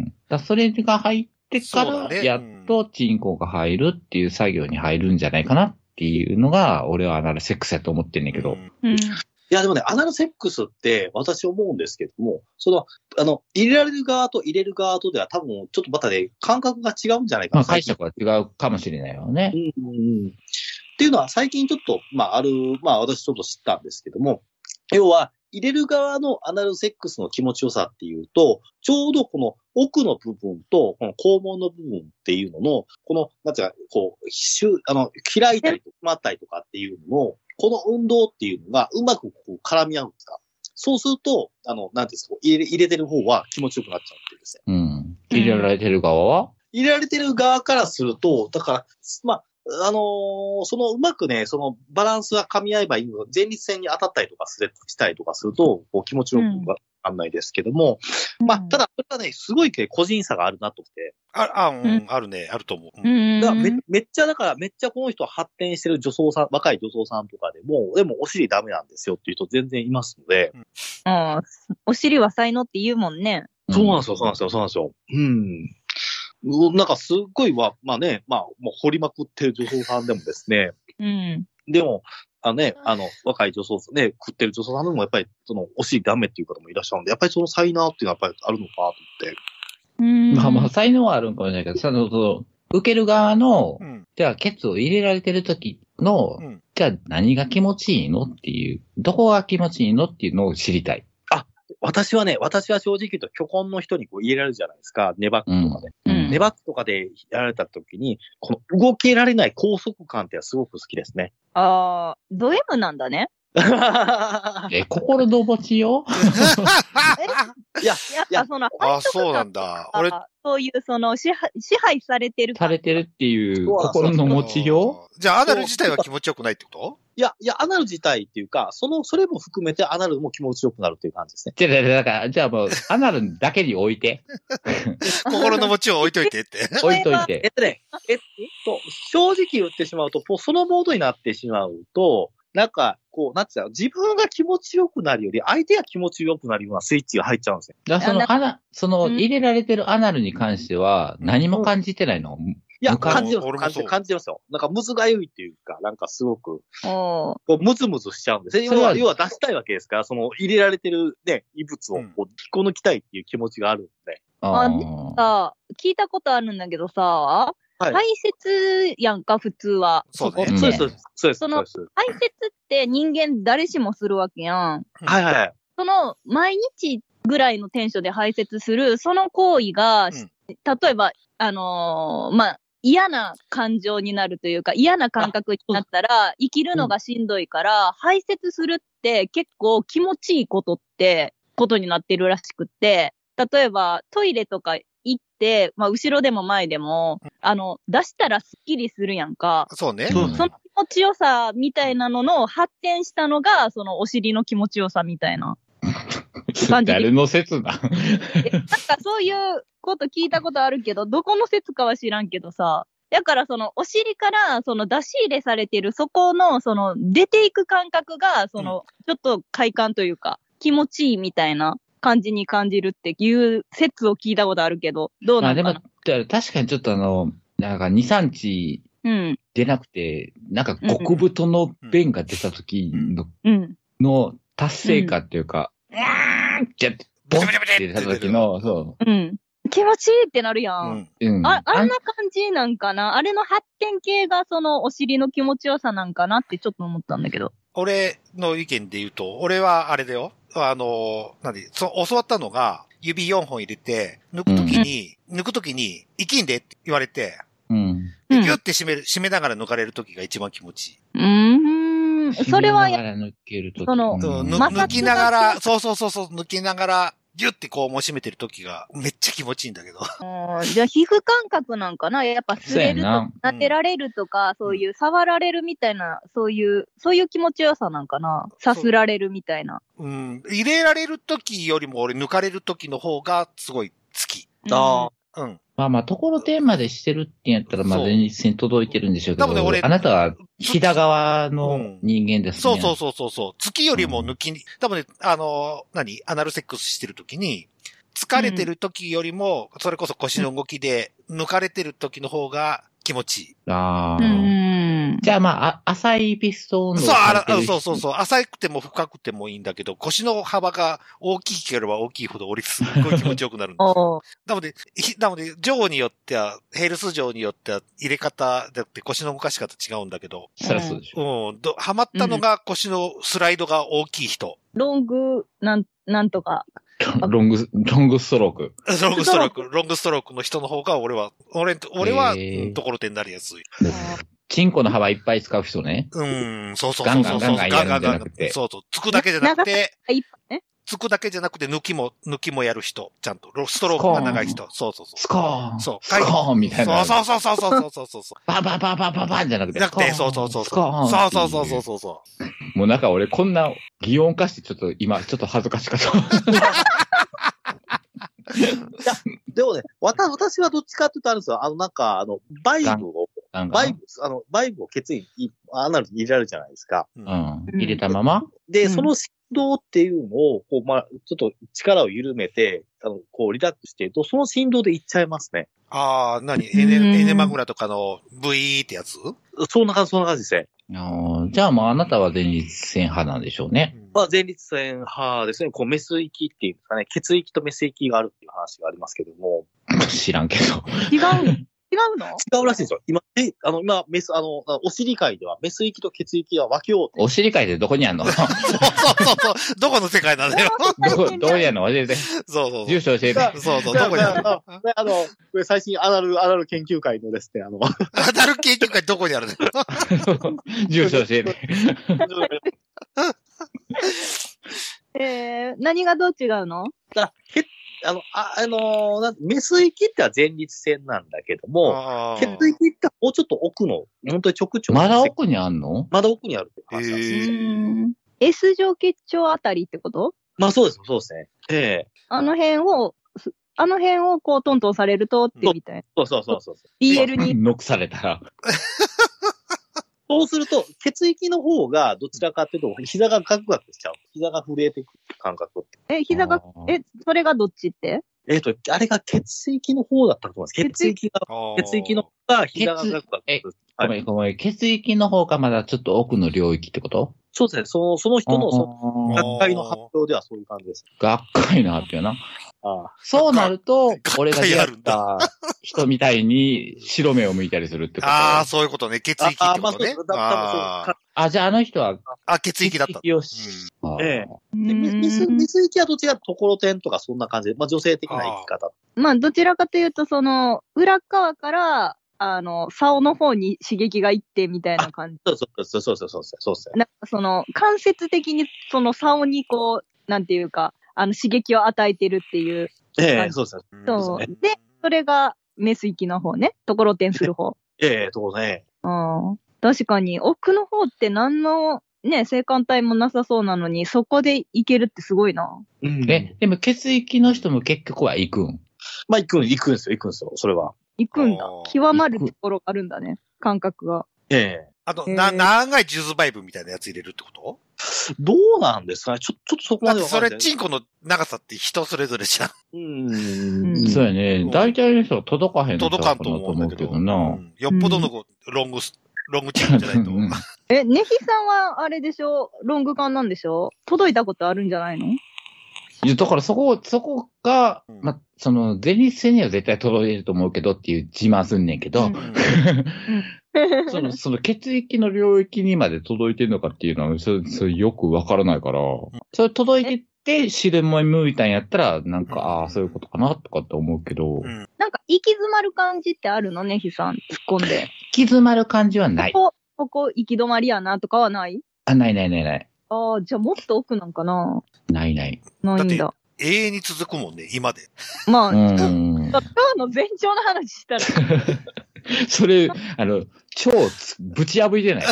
だそれが入ってから、やっとチンコが入るっていう作業に入るんじゃないかなっていうのが、俺はアナルセックスやと思ってんねんけど。 うん。 いや、でもね、アナルセックスって私思うんですけども、その、あの、入れられる側と入れる側とでは多分、ちょっとまたね、感覚が違うんじゃないかな。 まあ、解釈は違うかもしれないよね。 うんうんうん。っていうのは最近ちょっと、まあ、ある、まあ、私ちょっと知ったんですけども、要は、 入れる側のアナルセックスの気持ちよさっていうと、ちょうどこの奥の部分と、この肛門の部分っていうのの、この、なんていうか、こう、しゅ、あの、開いたりとか、まったりとかっていうのの、この運動っていうのがうまくこう絡み合うんですか。そうすると、あの、なんていうんですか、入れ、入れてる方は気持ちよくなっちゃうっていうんですね。 うん。入れられてる側は、 入れられてる側からすると、だから、まあ、あのー、そのうまくね、そのバランスが噛み合えばいいのが、前立腺に当たったりとかするしたりとかすると、こう気持ちよくわかんないですけども、うん、まあ、ただ、これはね、すごい個人差があるなと思って。 あ、あ、うん、うん、あるね、あると思う。 うん、だからめ、めっちゃ、だから、めっちゃこの人発展してる女装さん、若い女装さんとかでも、でもお尻ダメなんですよっていう人全然いますので。 うん、ああ、お尻は才能って言うもんね。 そうなんですよ、そうなんですよ、そうなんですよ。うん。なんかすっごいわ、まあね、まあ、もう掘りまくってる女装さんでもですね。 うん。 でも、あのね、あの、若い女装さんね、食ってる女装さんでもやっぱり、その、お尻ダメっていう方もいらっしゃるんで、やっぱりその才能っていうのはやっぱりあるのかと思って。 うん。 まあまあ、才能はあるんかもしれないけど、その、その受ける側の、うん、じゃあ、ケツを入れられてる時の、うん、じゃあ何が気持ちいいのっていう、どこが気持ちいいのっていうのを知りたい。 私はね、私は正直言うと、巨根の人にこう入れられるじゃないですか。ネバックとかで。 うん、 ネバックとかでやられた時に、この動けられない拘束感ってすごく好きですね。 ああ、ド M なんだね。 え、心の持ちよいや、 やっぱその、 あ、そうなんだ。 俺、そういうその支配、支配されてる。 されてるっていう心の持ちよ。 じゃあ、アナル自体は気持ちよくないってこと？ いや、いや、アナル自体っていうか、その、それも含めてアナルも気持ちよくなるっていう感じですね。 じゃあ、だから、じゃあもう、アナルだけに置いて。 心の持ちを置いといてって。 置いといて。 えっとね、えっと、正直言ってしまうと、そのモードになってしまうと、なんか、こう、なんていうの、自分が気持ちよくなるより、相手が気持ちよくなるようなスイッチが入っちゃうんですよ。 だからその、アナ、その、入れられてるアナルに関しては、何も感じてないの？ いや、感じてます。感じて、感じてますよ。なんか、むずがゆいっていうか、なんかすごく、こう、むずむずしちゃうんです。要は、要は出したいわけですから、その、入れられてるね、異物をこう、引っこ抜きたいっていう気持ちがあるんで。 あ、でさ、聞いたことあるんだけどさ、はい、排泄やんか、普通は。 そうね。 そうです、そうです。そうです。 その、排泄って人間誰しもするわけやん。 はいはい。 その、毎日ぐらいのテンションで排泄する、その行為が、うん、例えば、あのー、まあ、嫌な感情になるというか、嫌な感覚になったら、生きるのがしんどいから、うん、排泄するって結構気持ちいいことって、ことになってるらしくって、例えば、トイレとか行って、まあ、後ろでも前でも、あの、出したらスッキリするやんか。 そうね。 その気持ちよさみたいなのの発展したのが、そのお尻の気持ちよさみたいな感じ。 誰の説だなんかそういうこと聞いたことあるけど、どこの説かは知らんけどさ。だからそのお尻からその出し入れされてるそこのその出ていく感覚が、そのちょっと快感というか気持ちいいみたいな感じに感じるっていう説を聞いたことあるけど、どうなのかな。 まあでも、確かにちょっとあの、なんかに、さんにち出なくて、うん、なんか極太の便が出た時の、うん、の達成感っていうか、うーんってやって、ボンって出た時の、そう。 うん。気持ちいいってなるやん。うん、あ, あんな感じなんかな。あれの発展系がそのお尻の気持ちよさなんかなってちょっと思ったんだけど。 俺の意見で言うと、俺はあれだよ。あの、なんで、そ教わったのが、指よんほん入れて、抜くときに、うん、抜くときに、生きんでって言われて、 うん。 ギュって締める、締めながら抜かれるときが一番気持ちいい。 うーん。それはや、 抜ける時その、 うん、抜きながら、そうそうそうそう、抜きながら、ギュってこうも締めてる時がめっちゃ気持ちいいんだけど。 じゃあ皮膚感覚なんかな、やっぱ擦れるとか、撫でられるとか、うん、そういう触られるみたいな、そういう、そういう気持ちよさなんかな。さすられるみたいな。 うん。入れられる時よりも俺抜かれる時の方がすごい好き。 ああ。うん。 まあまあ、ところてんまでしてるってやったら、まあ、前日に届いてるんでしょうけど、多分ね、俺、あなたは、ひだ側の人間ですね、 うん。そうそうそうそう。月よりも抜きに、うん、多分ね、あの、何アナルセックスしてる時に、疲れてる時よりも、それこそ腰の動きで、抜かれてる時の方が気持ちいい。 ああ。じゃあまあ、浅いピストンの。 そう、あら、そうそうそう。浅くても深くてもいいんだけど、腰の幅が大きければ大きいほど俺すっごい気持ちよくなるんですよ。なので、なので、錠によっては、ヘルス錠によっては入れ方だって腰の動かし方違うんだけど。 そりゃそうでしょ。 うん。はまったのが腰のスライドが大きい人ロング、なん、なんとか。 ロング、ロングストローク。 ロングストローク、ロングストロークの人の方が俺は、俺、俺は、 へーうんところてになりやすい。 チンコの幅いっぱい使う人ね。 うん、そうそうそうそう。 ガンガンガンガンやるんじゃなくてそうそう。つくだけじゃなくて、 いっぱいね。 つくだけじゃなくて抜きも、抜きもやる人。ちゃんと。ストロークが長い人。そうそうそう。 スコーン。 そう。 スコーンみたいな。 そうそうそうそうそうそうそうそう。 バンバンバンバンバンバンじゃなくて。 なくて、そうそうそうスコーン。 そうそうそうそうそうそう。 もうなんか俺こんな擬音化してちょっと今ちょっと恥ずかしかった。 いや、でもね、わた、私はどっちかって言うとあるんですよ。あの、なんか、あの、バイブを、バイブ、あの、バイブを血液に、アナルに入れられるじゃないですか。 うん。入れたままで、 うんその振動っていうのを、こう、まあ、ちょっと力を緩めて、あの、こう、リラックスしてると、その振動でいっちゃいますね。 ああ、何エネ、エネマグラとかの ブイ ってやつそんな感じ、そんな感じですね。 あじゃあもうあなたは前立腺派なんでしょうね。 まあ、前立腺派ですね。こう、メス域っていうんですかね。血液とメス域があるっていう話がありますけども。 知らんけど。 違う違うの違うらしいんですよ。今、え、あの、今、メス、あの、お尻界では、メス域と血液が分けようって。 お尻界でどこにあんのそうそうそうそう。どこの世界なんだよ。 どこ、どこにあんの教えて。 そうそうそう。 住所教えて。 そうそう、どこにあるのああの、これ最新アナル、アナル研究会のですね、あの、 アナル研究会どこにあるの住所教えて。 えー、何がどう違うのだ血あの、あ、あのーなメス域っては前立腺なんだけども、 あ血液ってもうちょっと奥の、本当に直腸。 まだ奥にあんのまだ奥にあるっていう話なんです。 へーうん。S 状結腸あたりってこと？ まあそうです、そうですね。ええあの辺を、すあの辺をこうトントンされるとってみたいな。 そうそうそうそう。 ビーエル に。 ノックされたら。 そうすると、血液の方がどちらかっていうと、膝がガクガクしちゃう。膝が震えてくる感覚って。 え、膝があ、ーえ、それがどっちって？ えっ、と、あれが血液の方だったと思います。血液が、血液の方が膝がガクガクする。 ごめんごめん。血液の方がまだちょっと奥の領域ってこと？ そうですね。その、その人の、その、 あー学会の発表ではそういう感じです。 学会の発表な。 ああ。 そうなると学、 俺が出会っ会あるんた人みたいに白目を向いたりするってこと？ ああ、そういうことね。血液ってああ、まあ、そう、 ことねだ。 あ多分あ、じゃああの人はーあ、血液だった。 血液をし、あーええうそう。で、ミス、 ーんミス域はどちらかところてんとかそんな感じで、まあ女性的な生き方。 まあ、どちらかというと、その、裏側から、あの、竿の方に刺激がいってみたいな感じ。 そうそうそうそうそうそうそうそう。 なんかその、間接的にその竿にこう、なんていうか、あの、刺激を与えてるっていう。 ええそうですね。 そう。 ですねで、それがメス域の方ね。ところてんする方。 ええそうね。 うん。確かに、奥の方って何の、ね、性感帯もなさそうなのに、そこでいけるってすごいな。 うん。 え、でも血液の人も結局は行くん？ まあ行くん、行くんですよ、行くんですよ、それは。 行くんだあ。ー極まるところがあるんだね。感覚が。 ええあと、 へーな、長いジューズバイブみたいなやつ入れるってことどうなんですかねちょ、ちょっとそこまでだってそれ、 わかんない。 チンコの長さって人それぞれじゃん。 う。 うんん。 そうやね。大体の人は届かへんのちゃう届かんとな思うんだけど。 とな。 うんよっぽどのこうロングス、ロングチンコじゃないと。 うんえ、ネヒさんはあれでしょ？ロング缶なんでしょ？届いたことあるんじゃないの？ いやだからそこ、そこが、 うんま、その、前立腺には絶対届いると思うけどっていう自慢すんねんけど、 うんその、その血液の領域にまで届いてるのかっていうのは、それ、それよくわからないから、それ届いてて、汁も向いたんやったら、なんか、 うんああ、そういうことかな、とかって思うけど、 うんなんか、行き詰まる感じってあるの？ネヒさん、突っ込んで。 行き詰まる感じはない。 ここ、ここ行き止まりやなとかはない？ あ、ないないないない。 ああ、じゃあもっと奥なんかな？ ないない。 ないんだ。 永遠に続くもんね、今で。 まあ、 う今日ん。 の前兆の話したら、 それ、あの、超つぶち破いてない。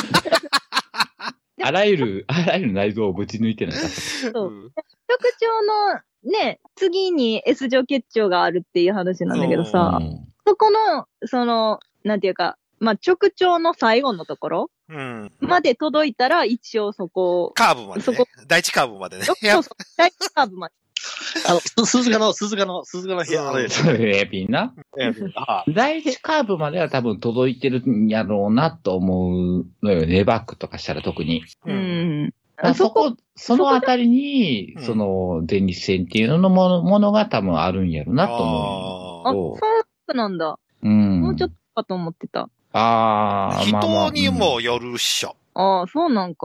あらゆる、あらゆる内臓をぶち抜いてない。 そううん直腸のね、次に S 状結腸があるっていう話なんだけどさ、 うんそこの、その、なんていうか、まあ、直腸の最後のところうん。 まで届いたら、一応そこ、 カーブまでねそこ。 第一カーブまでね。 そうそう、第一カーブまで。 あの、す鈴鹿の、鈴鹿の、鈴鹿の部屋、あれです。 それ、ピンな。 ええあ第一カーブまでは多分届いてるんやろうなと思うのよね。バックとかしたら特に。 ううんん。 あそこ、そのあたりにう、んその、前立腺っていうののものものが多分あるんやろうなと思あ、 あーそそうなんだ。 う。うん。 もうちょっとかと思ってた。 ああ、まあまあ人にもよるっしょ。 ああ、そうなんか。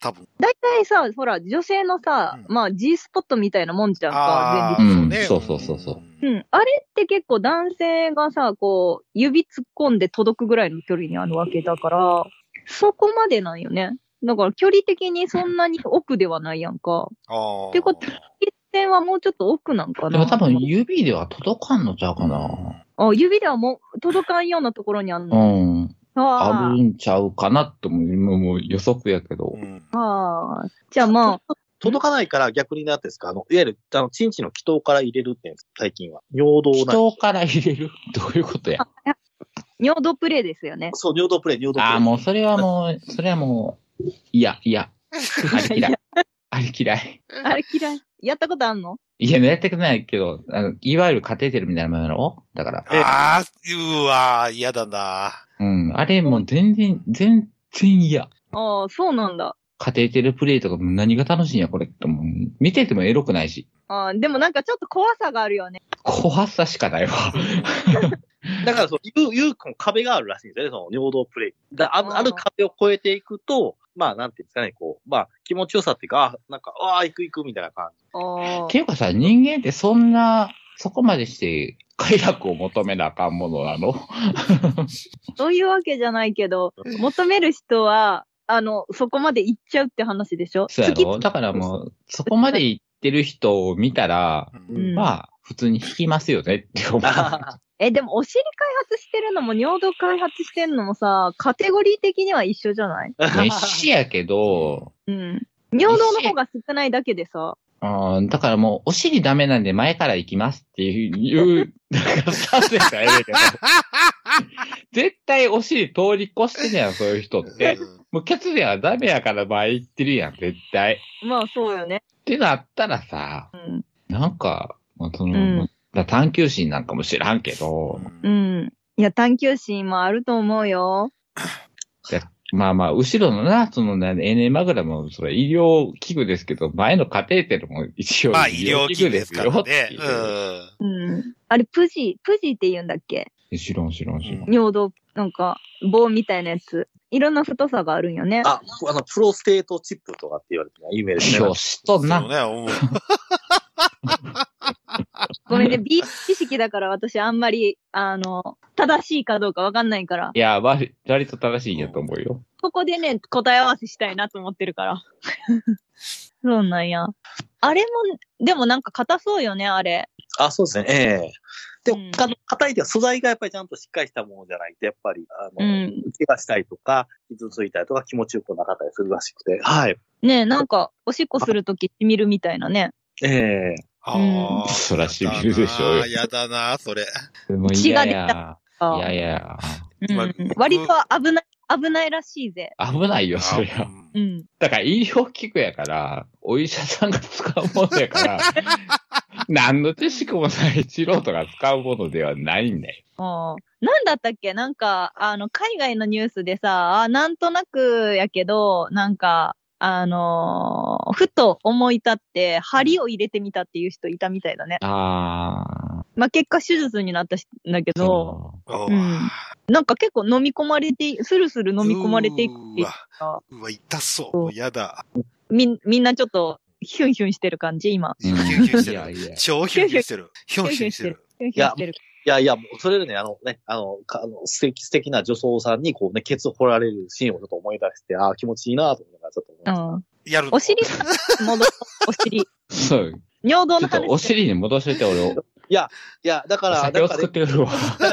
多分。 だいたいさ、ほら、女性のさ、 うんまあ G スポットみたいなもんじゃんあか、 うんねそうそうそうそううん。あれって結構男性がさ、こう、指突っ込んで届くぐらいの距離にあるわけだから、そこまでなんよね。だから距離的にそんなに奥ではないやんか。 ああ。 ってこと、一線はもうちょっと奥なんかな。 でも多分指では届かんのちゃうかな。 あ、指ではもう届かんようなところにあるうの。 ん。ああるんちゃうかなって思う。もうもう予測やけどう。ん。 あ。ああ。じゃあまあ、 届かないから逆になってですかあの、いわゆる、あの、チンチンの気筒から入れるって言うんです最近は。尿道なん人から入れるどういうことや。 尿道プレイですよね。 そう、尿道プレイ、尿道プレイ。 ああ、もうそれはもう、それはもう、いや、いや、あり嫌い。あり嫌い。 あれ嫌い。やったことあんのいや、やってくないけど、あの、いわゆるカテーテルみたいなものやろだから。 ああ、うわー、嫌だな。 うん。あれもう全然、全然嫌。 ああ、そうなんだ。 カテーテルプレイとかも何が楽しいんや、これって思う。見ててもエロくないし。 ああ、でもなんかちょっと怖さがあるよね。 怖さしかないわ。 だからそう、ゆう、ゆうくん壁があるらしいんですよね、その尿道プレイ。だああーある壁を越えていくと、まあ、なんていうんですかね、こう、まあ、気持ちよさっていうか、あなんか、ああ、行く行くみたいな感じ。 ああっていうかさ、人間ってそんな、そこまでして快楽を求めなあかんものなのそういうわけじゃないけど、求める人は、あの、そこまで行っちゃうって話でしょそうや突きろだからもう、そこまで行ってる人を見たら、 うんまあ、普通に引きますよねって思う。 え、でもお尻開発してるのも尿道開発してるのもさ、カテゴリー的には一緒じゃないまあ一緒やけど、 うん。尿道の方が少ないだけでさ、 あーだからもう、お尻ダメなんで前から行きますっていう、いうなんかさせたらええけど、絶対お尻通り越してるやん、そういう人って。もうケツではダメやから前行ってるやん、絶対。 まあそうよね。 ってなったらさ、 うん。 なんか、まあ、その、 うんまあ探求心なんかも知らんけど、 うん。いや、探求心もあると思うよ。 でまあまあ、後ろのな、そのね、エネマグラも、それ医療器具ですけど、前のカテーテルも一応まあ、医療器具ですからってね。 いううん。あれ、プジ、プジって言うんだっけ知らん知らん知らん。 尿道、なんか、棒みたいなやつ。いろんな太さがあるんよね。 あ、あの、プロステートチップとかって言われてるのが有名ですね。 よしとんな。 そうね、思うごめんね、美知識だから私あんまり、あの、正しいかどうかわかんないからい、や、割割と正しいんやと思うよ。 ここでね、答え合わせしたいなと思ってるから。そうなんや。あれも、でもなんか硬そうよね、あれ。 あ、そうですね。ええでもうん、 か硬いっていうか素材がやっぱりちゃんとしっかりしたものじゃないと、やっぱり、あの、 うん怪我したりとか、傷ついたりとか気持ちよくなかったりするらしくて。はい。 ねえ、なんか、おしっこするときしみるみたいなね。 ええああ。 そらしみるでしょうよやだな、それ。 でも血が出やたや。いやいや。 うんまあ割と危ない、危ないらしいぜ。 危ないよ、そりゃ。 うん。 だから医療器具やから、お医者さんが使うものやから、何の知識もない素人が使うものではないんだよ。 ああなんだったっけなんか、あの、海外のニュースでさ、あなんとなくやけど、なんか、あのーふと思い立って、針を入れてみたっていう人いたみたいだね。 あまあ、結果手術になったんだけー。 ど、 そうんなんか結構飲み込まれて、スルスル飲み込まれていくっていうか、 うわ、痛そう。やだ。 みん、みんなちょっとヒュンヒュンしてる感じ、今。 う。うんヒュンヒュンしてるいやいや。 超ヒュンヒュンしてる。ヒュンヒュンしてる。 ヒュンヒュンしてる。 いやいや、もうそれでね、あのね、あの、かあの素敵、素敵な女装さんにこうね、ケツを掘られるシーンをちょっと思い出して、ああ、気持ちいいなと思いながらちょっと思いました。 うん。 やるのお尻、戻す、お尻。 そう。 尿道の話。 ちょっとお尻に戻しといて、俺を。 いや、だかおら、 酒を作ってくるわ。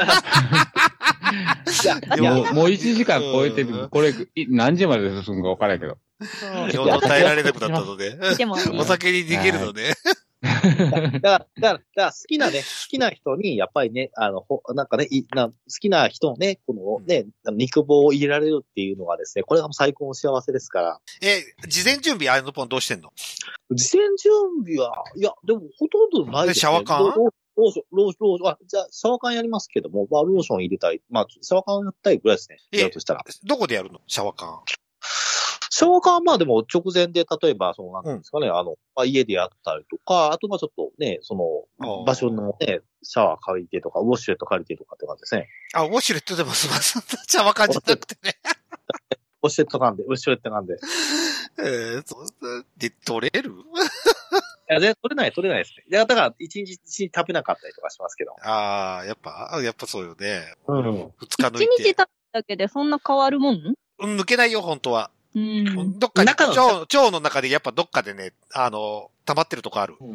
いや、 いやもう、もういちじかん超えてる。これ、い何時まで進むか分からんけど。 そうちょっと耐えられなくなったので。 でも、 お酒に逃げるのね。 だから、だから、だから好きなね、好きな人に、やっぱりね、あの、ほなんかね、いな好きな人のね、このね、肉棒を入れられるっていうのがですね、これが最高の幸せですから。 え、事前準備、アイノポンどうしてんの？ 事前準備は、いや、でもほとんどないですね。 シャワー缶ロロローション、ローション、ローション、あ、じゃあ、シャワー缶やりますけども、まあ、ローション入れたい。まあ、シャワー缶やったいぐらいですね。 えやるとしたら。 どこでやるの？シャワー缶。 シャワー缶はまあでも直前で、例えば、その、なんていうんですかね、あの、まあ、家でやったりとか、あとまあちょっとね、そあーの、場所のね、シャワー借りてとか、ウォッシュレット借りてとかって感じですね。 あ、ウォシュレットでもすまさんシャワー缶じゃなくてね。 ウォッシュレット缶で、ウォッシュレット缶で。 えー、そうで、取れるいや、全然取れない、取れないですね。いや、だから、一日一日食べなかったりとかしますけど。 ああ、やっぱ、やっぱそうよね。 うん。 二日抜いて。 一日食べただけでそんな変わるもん？ 抜けないよ、本当は。 うん。 どっかに、 中の腸、腸の中でやっぱどっかでね、あの、溜まってるとこある。 うん。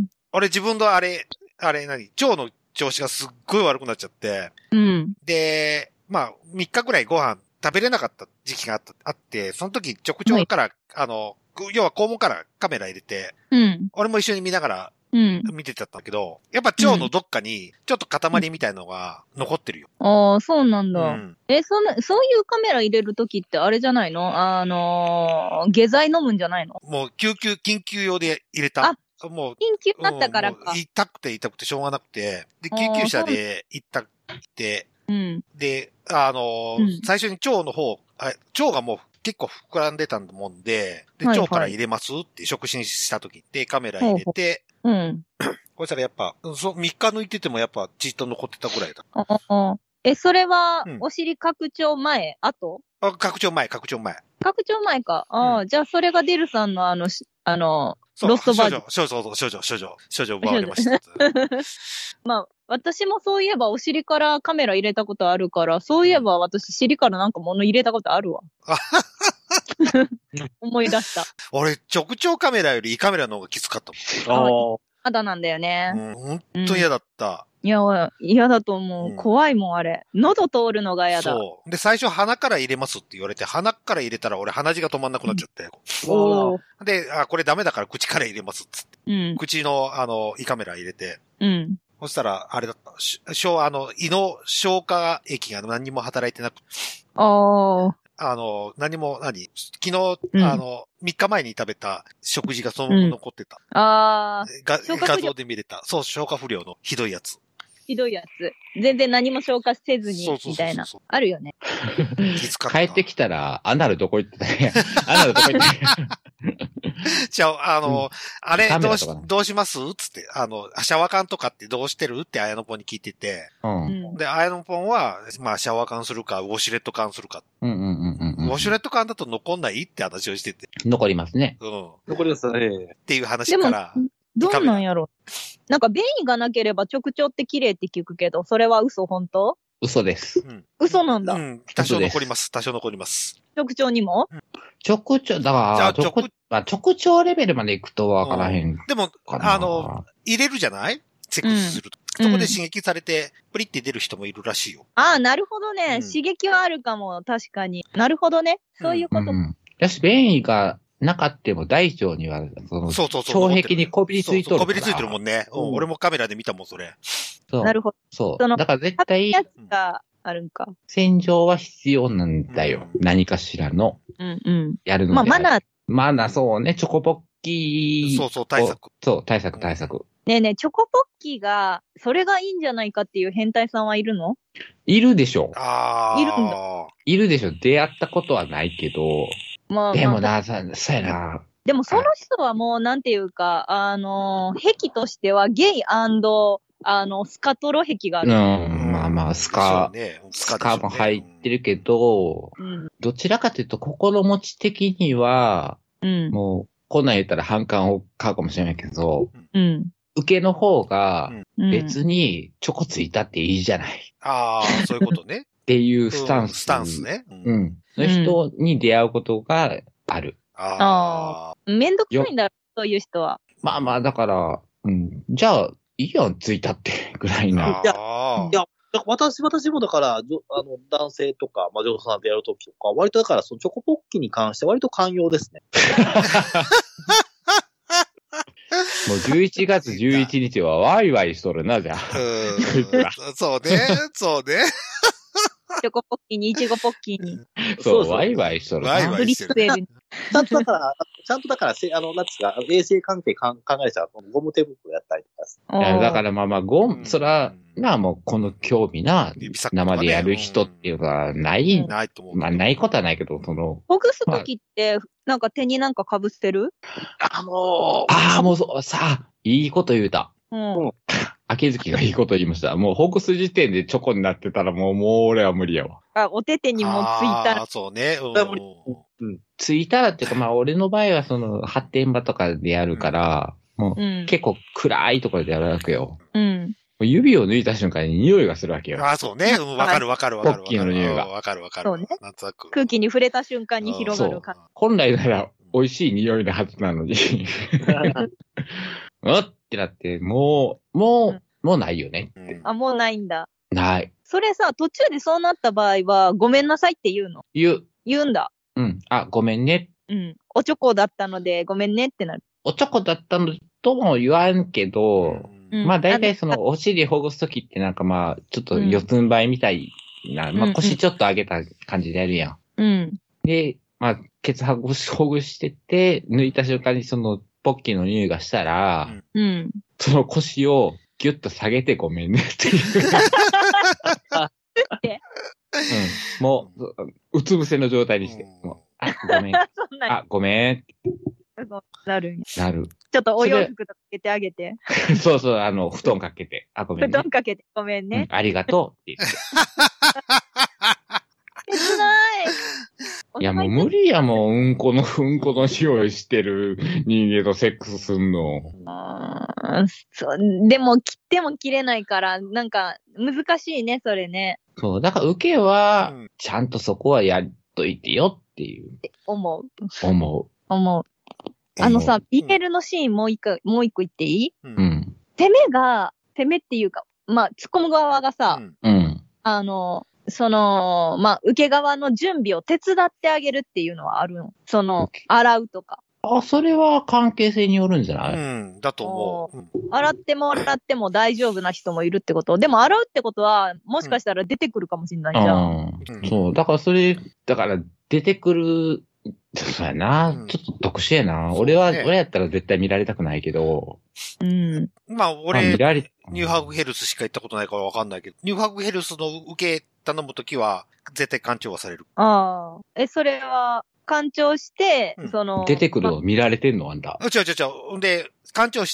俺自分のあれ、あれ何腸の調子がすっごい悪くなっちゃって。 うん。 で、まあ、みっかぐらいご飯食べれなかった時期があったあって、その時直腸から、はい、あの、要は肛門からカメラ入れて、 うん。 俺も一緒に見ながら、 うん。 見てたんだけど、やっぱ腸のどっかに、ちょっと塊みたいなのが残ってるよ。 うん、ああ、そうなんだ。うん、え、その、そういうカメラ入れるときってあれじゃないの？あのー、下剤飲むんじゃないの？ もう、救急、緊急用で入れた。 あ、もう、緊急だったからか。 痛くて痛くてしょうがなくて、で、救急車で行ったって、 うん、 で、あのーうん、最初に腸の方、腸がもう結構膨らんでたもんで、で、腸から入れますって触診した時ってカメラ入れて、 うん。 こしたらやっぱ、そみっか抜いててもやっぱじっと残ってたぐらいだ。 ああ。え、それは、お尻拡張前、後？ あ、拡張前、拡張前。 拡張前か。ああ、うん、じゃあそれがデルさんのあの、あの、ロストバージョン。 少女、少女、少女、少女奪われました。 まあ、私もそういえばお尻からカメラ入れたことあるから、そういえば私尻からなんか物入れたことあるわ。思い出した。 俺、直腸カメラより胃カメラの方がきつかったもん。 ああ。肌なんだよね。 うん、ほんと嫌だった。 うん、いや、嫌だと思う、うん。怖いもん、あれ。喉通るのが嫌だ。 そう。で、最初鼻から入れますって言われて、鼻から入れたら俺鼻血が止まんなくなっちゃって。 うん、おで、あ、これダメだから口から入れますっつって。うん、口の、あの、胃カメラ入れて。 うん。 そしたら、あれだった。し、しょう、あの、胃の消化液が何も働いてなくて。 ああ。 あの、何も、何昨日、うん、あの、みっかまえに食べた食事がそのまま残ってた。 うん、ああ。 画像で見れた。そう、消化不良のひどいやつ。 ひどいやつ。全然何も消化せずに、みたいな。あるよね。 帰ってきたら、アナルどこ行ってたんや。アナルどこ行ってたんや。 じゃあ、あの、うん、あれ、どうし、どうしますつって、あの、シャワー缶とかってどうしてるって綾野ポンに聞いてて。 うん。 で、綾野ポンは、まあ、シャワー缶するか、ウォシュレット缶するか。 うんうんうんうん。 ウォシュレット缶だと残んないって話をしてて。 残りますね。 うん。 残りますね。 っていう話から。 どうなんやろ。なんか便意がなければ直腸って綺麗って聞くけど、それは嘘本当？ 嘘です。 うん。 嘘なんだ。 うん。多少残ります。多少残ります。 直腸にも、うん、 直腸、だから、直、まあ、直腸レベルまで行くとわからへん、うん。 でも、あの、入れるじゃないセックスすると、うん。そこで刺激されて、プリって出る人もいるらしいよ。 ああ、なるほどね、うん。刺激はあるかも、確かに。なるほどね。そういうこと。うん。 だし、便意がなかっても大腸には、その、 そうそうそう。 腸壁にこびりついとるから。 こびりついてるもんね。うん。俺もカメラで見たもん、それ。 そう。 なるほど。 そう。だから絶対、 やつがあるんか。 洗浄は必要なんだよ。うん、何かしらの。 うんうん。 やるので。 まあ、マナー。 マナー、そうね。チョコポッキー。 そうそう、対策。 そう、対策、対策。 ねえねえ、チョコポッキーが、それがいいんじゃないかっていう変態さんはいるの？ いるでしょ。 ああ。 いるんだ。 いるでしょ。出会ったことはないけど。 まあ、 でもな、さ、そうやな。 でもその人はもう、なんていうか、あの、癖としてはゲイ&あの、スカトロ癖がある。 うん、まあまあ、スカ、 ね、 スカも入ってるけど、 うん、 どちらかというと、心持ち的には、 うん、 もう、こんなん言ったら反感を買うかもしれないけど、 うん、 受けの方が、別にチョコついたっていいじゃない。 うん、ああ、そういうことね。 っていうスタンス。うん、 スタンスね。 うん。の人に出会うことがある。 ああ。めんどくさいんだろ、そういう人は。 まあまあ、だから、うん。じゃあ、いいやん、ついたってぐらいな。 いや、いや、私、私もだから、あの、男性とか、まあ、女性さんとやるときとか、割とだから、そのチョコポッキーに関して割と寛容ですね。 もうじゅういちがつじゅういちにちはワイワイしとるな、じゃあ。 うん。そうね、そうね。 チョコポッキーに、イチゴポッキーに。 そう、そうワイワイしとるな。 ワイワイしてる。 ちゃんとだから、ちゃんとだから、あの、なんつうか、衛生関係考えたら、ゴム手袋やったりとかす。 いや、だからまあまあ、ゴム、そら、まあもう、この興味な、生でやる人っていうのはない、 ないと思う。 まあ、ないことはないけど、その。 ほぐすときって、なんか手になんか被せる？ あのー、ああ、もうそう、さあ、いいこと言うた。 うん。 秋月がいいこと言いました。もう、ほぐす時点でチョコになってたら、もう、もう俺は無理やわ。 あ、お手手にもついたら。 ああ、そうね。うん。 うん。 ついたらっていうか、まあ俺の場合はその発展場とかでやるから、もう結構暗いところでやるわけよ。 うん。 指を抜いた瞬間に匂いがするわけよ。 ああ、そうね。うん、わかるわかるわかる。 ポッキーの匂いが。 わかるわかる。 そうね。 なんとなく。 空気に触れた瞬間に広がる感じ。 本来なら美味しい匂いのはずなのに。うってなって、もう、もう、うん、もうないよねって。 あ、もうないんだ。 ない。 それさ、途中でそうなった場合は、ごめんなさいって言うの？ 言う。 言うんだ。 うん。あ、ごめんね。 うん。おちょこだったので、ごめんねってなる。 おちょこだったのとも言わんけど、うん、まあ大体そのお尻ほぐすときってなんかまあ、ちょっと四つん這いみたいな、うん、まあ腰ちょっと上げた感じでやるやん。 うん。 で、まあ、ケツほぐし、ほぐしてて、抜いた瞬間にそのポッキーの匂いがしたら、 うん。 その腰をギュッと下げてごめんねっていう。 って。 うん。もう、うつ伏せの状態にして。もうあ、ごめん。あ、ごめん。 なるんや。 なる。 ちょっとお洋服とかけてあげて。 そうそう、あの、布団かけて。あ、ごめんね。 布団かけて、ごめんね。 うん、ありがとうって言って。 切ない。 いや、もう無理やもん。うんこの、うんこの匂いしてる人間とセックスすんの。 あそう、でも切っても切れないから、なんか難しいね、それね。 そう、だから受けは、ちゃんとそこはやっといてよっていう。 思う。 思う。 思う。あのさ、ビーエルのシーンもう一回、もう一個言っていい？ うん。 攻めが、攻めっていうか、まあ、突っ込む側がさ、 うん。 あの、その、まあ、受け側の準備を手伝ってあげるっていうのはあるの？その、洗うとか。 あ、それは関係性によるんじゃない？ うん、だと思う。うん、 洗ってもらっても大丈夫な人もいるってこと。でも洗うってことは、もしかしたら出てくるかもしれないじゃん。 うん、そう。だからそれ、だから出てくる、そうやな、うん。ちょっと特殊やな。俺は、ね、俺やったら絶対見られたくないけど。 うん。 まあ、俺、ニューハグヘルスしか行ったことないからわかんないけど、ニューハグヘルスの受け頼むときは、絶対干潮はされる。 ああ。え、それは、干潮して、うん、その。 出てくるの見られてんのあんた。 違う違う違う。で、干潮して、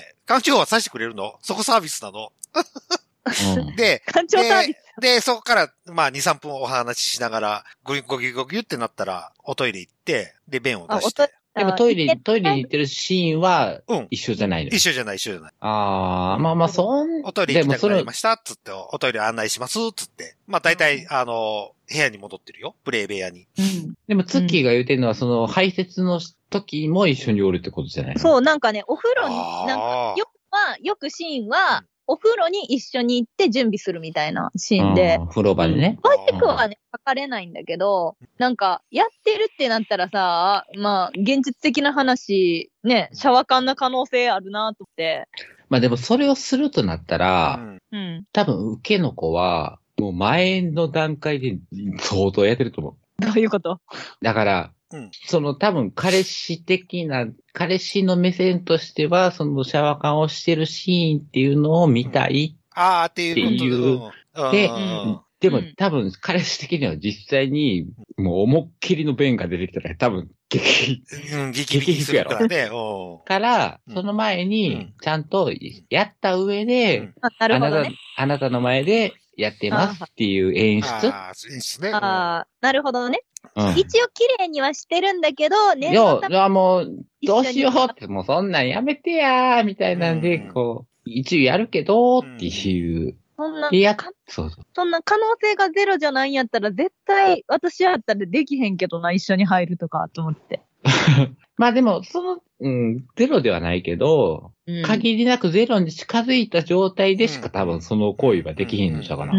干潮はさしてくれるの？そこサービスなの。うん、で、 干潮サービスで、で、そこから、まあ、に、さんぷんお話ししながら、ゴギゴギゴギってなったら、おトイレ行って、で、便を出して。 でもトイレ、トイレに行ってるシーンは、一緒じゃないの、うん、 一緒じゃない、一緒じゃない。 ああ、まあまあ、そん、 おトイレ行きたくなりました、つって、おトイレ案内します、つって。まあ、大体、あの、部屋に戻ってるよ。プレイ部屋に。 うん、 でも、ツッキーが言うてるのは、その、排泄の時も一緒におるってことじゃないの？ そう、なんかね、お風呂に、なんか、よくは、よくシーンは、お風呂に一緒に行って準備するみたいなシーンで。 風呂場でね。 詳しくはね、書かれないんだけど、なんか、やってるってなったらさ、まあ、現実的な話、ね、シャワカンな可能性あるなと思って。 まあでも、それをするとなったら、 うん。 多分、受けの子は、もう前の段階で相当やってると思う。 どういうこと？ だから、うん、その多分彼氏的な、彼氏の目線としては、そのシャワカンをしてるシーンっていうのを見たいっていう。 ああ、っていうことで、でも多分彼氏的には実際にもう思いっきりの弁が出てきたら多分激、 うん、激激するからね。 から、その前にちゃんとやった上で、 うん、あ、なるほどね。 あなた、あなたの前でやってますっていう演出。 ああ、演出ね。 ああ、なるほどね。 うん、 一応綺麗にはしてるんだけど、 ね。いや、いやもう、どうしようって、もうそんなんやめてやー、みたいなんで、うん、こう、一応やるけど、っていう。 そんな、 そうそう。 そんな可能性がゼロじゃないんやったら、絶対私やったらできへんけどな、一緒に入るとか、と思って。 まあでも、その、うん、ゼロではないけど、うん、限りなくゼロに近づいた状態でしか多分その行為はできへんのちゃうかな。 うん。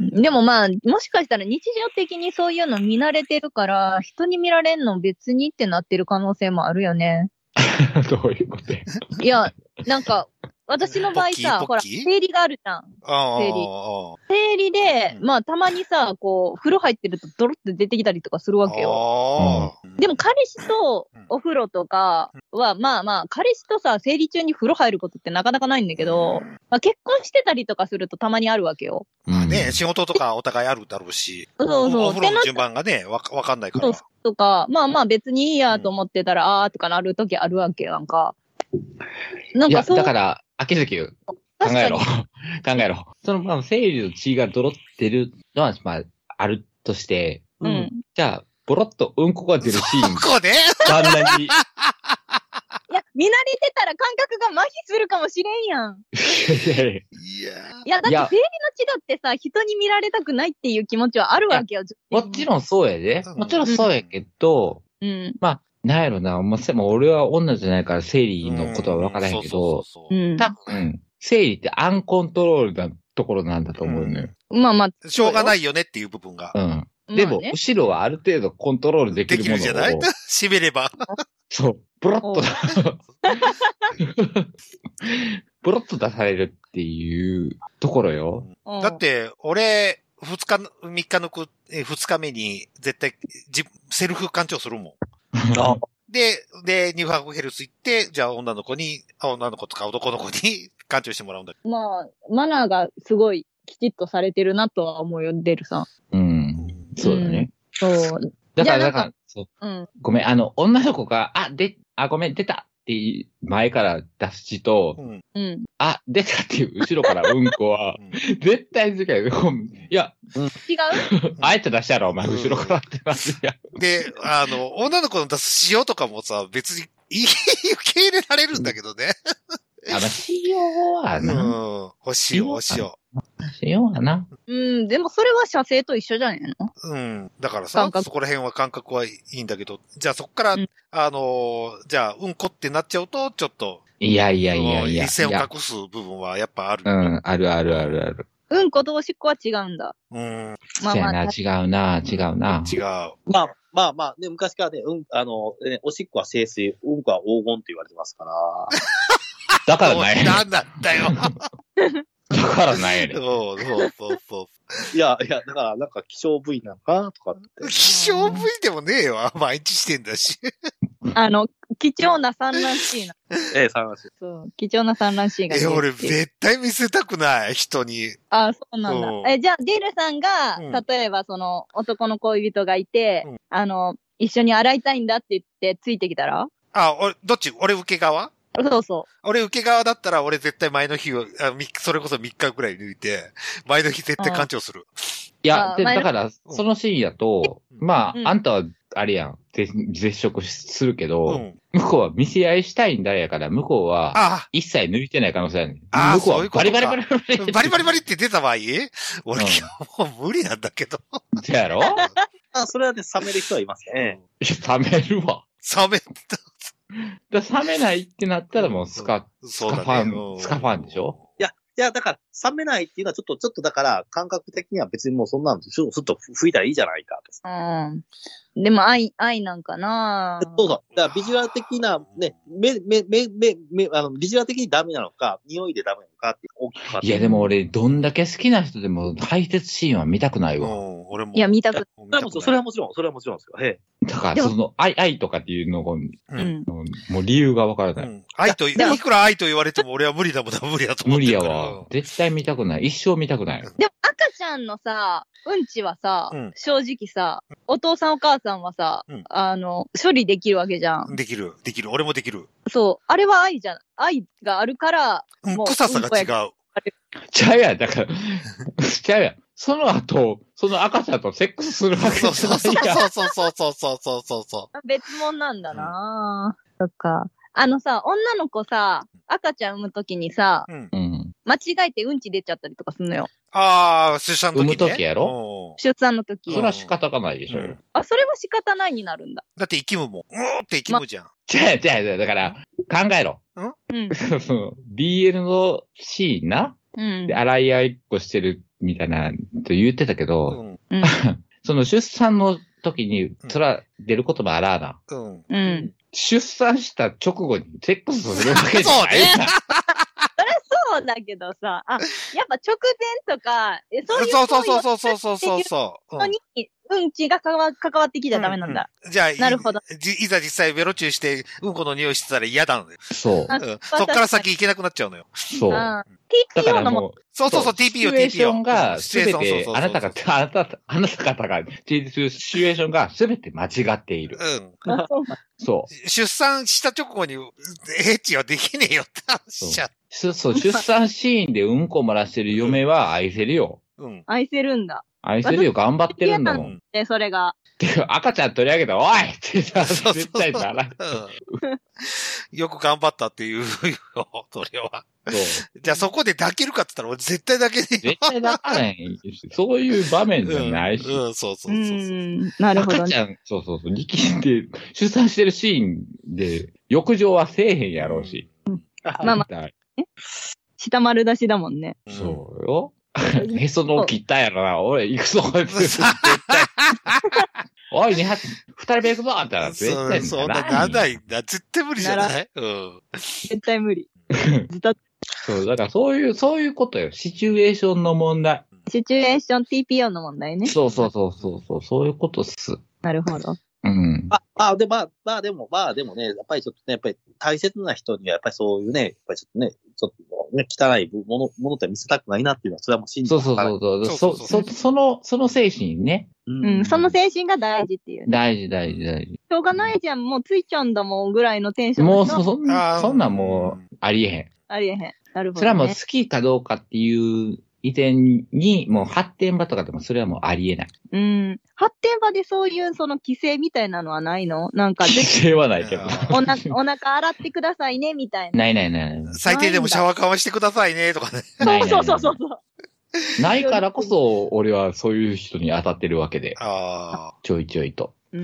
でもまあ、もしかしたら日常的にそういうの見慣れてるから、人に見られんの別にってなってる可能性もあるよね。 どういうこといや、なんか、私の場合さ、ほら、生理があるじゃん。生理。生理で、まあ、たまにさ、こう、風呂入ってるとドロって出てきたりとかするわけよ。でも、彼氏とお風呂とかは、まあまあ、彼氏とさ、生理中に風呂入ることってなかなかないんだけど、まあ、結婚してたりとかするとたまにあるわけよ。 まあね、仕事とかお互いあるだろうし。 そうそう。 お風呂の順番がね、わかんないから。 そうとか、まあまあ別にいいやと思ってたら、うん、あーとかなるときあるわけ、なんか。 なんかそう。いや、だから、秋月考えろ。考えろ。その、まあ、生理の血がドロってるのは、まあ、あるとして、 うん。 じゃあ、 ボロッとうんこが出るシーン。 ここで旦那に。 いや、見慣れてたら感覚が麻痺するかもしれんやん。 いやいや、だっていや生理の血だってさ、人に見られたくないっていう気持ちはあるわけよ。 もちろんそうやで。もちろんそうやけど、 うん。 まあ、なんやろな、まあ、もう俺は女じゃないから生理のことは分からへんけど、 うん。 多分、生理ってアンコントロールなところなんだと思うのよ。 まあまあ。 しょうがないよねっていう部分が。 うん。でも、 まあね後ろはある程度コントロールできできるものを。 るじゃない締めれば。 そう。ブロッと、ブロッと出されるっていうところよ。 うんだって、俺、二日、三日のく、え二日目に絶対、じセルフ干潮するもん。 あで、で、ニューハーフヘルス行って、じゃあ女の子に、あ女の子とか男の子に干潮してもらうんだけまあ、マナーがすごいきちっとされてるなとは思うよ、デルさん。 うん。 ど。 そうだね。 そう。 だから、 じゃあなんかだから、そう。 うん。 ごめん、あの、女の子が、あ、で、あ、ごめん、出たって前から出す字と、 うん。 うん。 あ、出たっていう後ろからうんこはう、ん絶対好きやで。いや、 違うあえて出したやろ、お前、後ろからってますや。 で、あの、女の子の出す塩とかもさ、別に、いい、受け入れられるんだけどね。 あの、塩はうん。 な。 お塩、お塩。 塩はな。 うん、でもそれは射精と一緒じゃねえのうん。だからさ感、覚そこら辺は感覚はいいんだけど、じゃあそこから、 うんあのーじゃあ、うんこってなっちゃうと、ちょっと、 いやいやいやいや。 一線をいや隠す部分はやっぱある。 うん、あるあるあるある。 うんことおしっこは違うんだ。 うん。 まあまあそうやな、違うな、違うな。 違う。 まあ、まあまあ、ね、昔からね、うん、あの、ね、おしっこは清水、うんこは黄金って言われてますから。 だからない。だなんなんだよ。 からないやねん。 そうそうそうそいや、いや、だから、なんか希少部位なのかなとかってう。。希少部位でもねえわ。毎日してんだし。 あの、貴重な産卵シーン。 ええ、さんそう、貴重な産卵シーンが出え、 てる。 俺絶対見せたくない。人に。 あ、そうなんうんだ。え、じゃあ、デルさんが、 うん例えばその、男の恋人がいて、 うんあの、一緒に洗いたいんだって言ってついてきたらあ、俺、どっち俺受け側そうそ俺受け側だったら俺絶対前の日を、あみそれこそみっかぐらい抜いて、前の日絶対干潮する。 いや、で、 あ前のだから、そのシーンやと、まうんあ、あんたは、あれやん、絶絶食するけうど、 ん。 向こうは見せ合いしたいんだやから、向こうは、 あ一切抜いてない可能性あるねん。 あー向こうはそういうことかバリバリバリバリ。 バリバリバリって出た場合俺、 うんもう無理なんだけど。 じゃやろあ、それはね、冷める人はいますね。 いや、冷めるわ。 冷めた。 だ冷めないってなったらもうスカ、 そうだねスカファンうんスカファンでしょいや、いや、だから、冷めないっていうのはちょっと、ちょっとだから、感覚的には別にもうそんなんで、ちょっとすっと吹いたらいいじゃないかと。 う。うん。でも愛、愛なんかなそうそう。だからビジュアル的な、ね、目、目、目、目、目、あの、ビジュアル的にダメなのか、匂いでダメなのかって大きく変わっていや、でも俺、どんだけ好きな人でも排泄シーンは見たくないわ。 うん、俺も。 いや、見たく、 それはもちろん、それはもちろん、それはもちろんですよ。へえ。 だから、 でもその、愛、愛とかっていうのが、 う。 うんん。 もう理由がわからない。 うん。愛と、いでもくら愛と言われても俺は無理だもんな、無理だと思無理やってるから。 わ。絶対見たくない。一生見たくない。 でも赤ちゃんのさ、うんちはさ、 うん正直さ、お父さんお母さんはさ、 うんあの、処理できるわけじゃん。 できる、できる。俺もできる。 そう。あれは愛じゃん。愛があるから、 うん、 もう臭さが違うんこやう。 ちゃうやん。だから、ちゃうやん。その後、その赤ちゃんとセックスするわけじゃそうないやん。 そうそうそうそうそうそうそうそうそ別物なんだなぁ。そっか。あのさ、女の子さ、赤ちゃん産むときにさ、 う。うん。 うん。 間違えてうんち出ちゃったりとかすんのよ。 ああ、出産の時ね。 産む時やろ出産のときそ。れは仕方がないでしょ。 うんあ、それは仕方ないになるんだ。 だって生きむもん。うーって生きむじゃん。 ちゃうやん、ちゃうやん。だから、考えろ。 うん。 その、ディーエル のシーンな。 うんで、。洗い合いっこしてるみたいな、と言ってたけうど、 ん。 うん。 その出産の時に、そら、出ることもあらあな。 うん。 うん。 出産した直後にセックスするわけじゃないやん。 そうだけどさ、あ、やっぱ直前とか、えそういうそうそうそうそうそうそうそうそう。 のに、うんちが関わ関わってきちゃダメなんだ。 うん。じゃあ、いなるほどじいざ実際ベロチューして、うんこの匂いしてたら嫌なのよ。 そう。 あうん。そっから先行けなくなっちゃうのよ。 そう。 あーだティーピーオー のも、 からもう、 そうそうそう、ティーピーオー、 シチュエーションティーピーオー。 が、すべシチュエーションて、あなたが、あなた、あなた方が、シチュエーションがすべて間違っている。 うん。 あそうなんそう。 出産した直後に、エッチはできねえよって話しちゃう。 そう、そう、出産シーンでうんこ漏らしてる嫁は愛せるよ。 うん。 愛せるんだ。 愛してるよ、頑張ってるんだもん。 で、それが。 てか、赤ちゃん取り上げたら、おいってさ、絶対ならん。 よく頑張ったっていうよ、それは。 そう。 じゃあそこで抱けるかって言ったら、俺絶対抱けねえよ。 絶対抱かないし。そういう場面じゃないし。 うん、うん、そうそうそうそう。 うんなるほど、ね。 赤ちゃん、そうそうそう。力士って出産してるシーンで、浴場はせえへんやろうし。 うん、まあまあ、下丸出しだもんね。 そうよ。へその切ったやろな。俺、行くぞ。絶対。おい、二発、二人目行くぞって言ったら絶対にそう、そんな、ならないんだ。絶対無理じゃないうん。 絶対無理。 そう、だからそういう、そういうことよ。シチュエーションの問題。 シチュエーション ティーピーオー の問題ね。 そうそうそうそうそう、そういうことっす。 なるほど。 うん。 あ、あ、で、まあ、まあでも、まあでもね、やっぱりちょっとね、やっぱり大切な人にはやっぱりそういうね、やっぱりちょっとね、ちょっとね、汚いもの、ものって見せたくないなっていうのは、それはもう信じてそうそうそうそう。そ、そ、その、その精神ね。 うん、うん、その精神が大事っていう、ね。 大事大事大事。 しょうがないじゃん、もうついちゃうんだもんぐらいのテンション。 もうそ、そんな、そんなもう、ありえへん。 ありえへん。なるほど、ね。 それはもう好きかどうかっていう以前に、もう発展場とかでもそれはもうありえない。 うん。発展場でそういうその規制みたいなのはないのなんか。 規制はないけど。 おな、お腹洗ってくださいね、みたいな。 ないないないない。 最低でもシャワーかわしてくださいね、とかね。 そうそうそうそう。 ないからこそ、俺はそういう人に当たってるわけで。 ああ。 ちょいちょいと。 うん。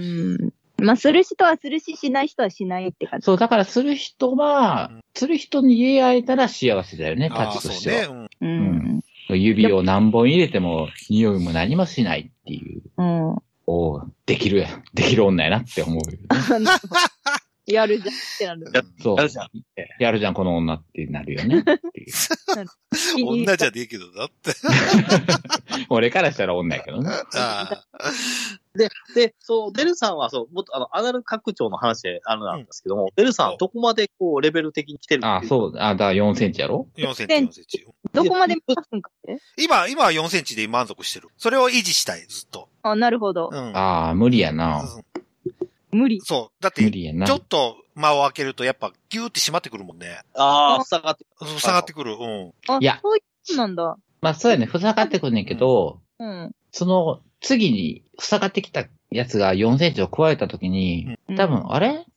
まあ、する人はするし、しない人はしないって感じ。 そう、だからする人は、うん、する人に言い合えたら幸せだよね、タッチとしては。 そうね。 うん。うん指を何本入れても匂いも何もしないっていう。 うん。 おう、できるやん。できる女やなって思うよ、ね。 やるじゃんってなる。 そう。やるじゃん。やるじゃん、この女ってなるよね。っていう女じゃねえけどなって。 俺からしたら女やけどね。 あで、で、そう、デルさんは、そう、もっと、あの、アナル拡張の話で、あの、なんですけども、うん、デルさん、どこまで、こう、レベル的に来てるああ、そう、あ、だからよんセンチやろ ? よんセンチ、よんセンチ。 どこまで目指すんかって今、今はよんセンチで満足してる。それを維持したい、ずっと。 あ、なるほど。 うん、 ああ、無理やな。 うん、 無理。 そう。だって、ちょっと間を開けると、やっぱ、ギューって閉まってくるもんね。 ああ、塞がってくる。塞がってくる。うん。 あ、いや。そういうことなんだ。 まあ、そうやね。塞がってくるねんけど、 うん。 その、次に、塞がってきたやつがよんセンチを加えたときに、うん、多分、あれって、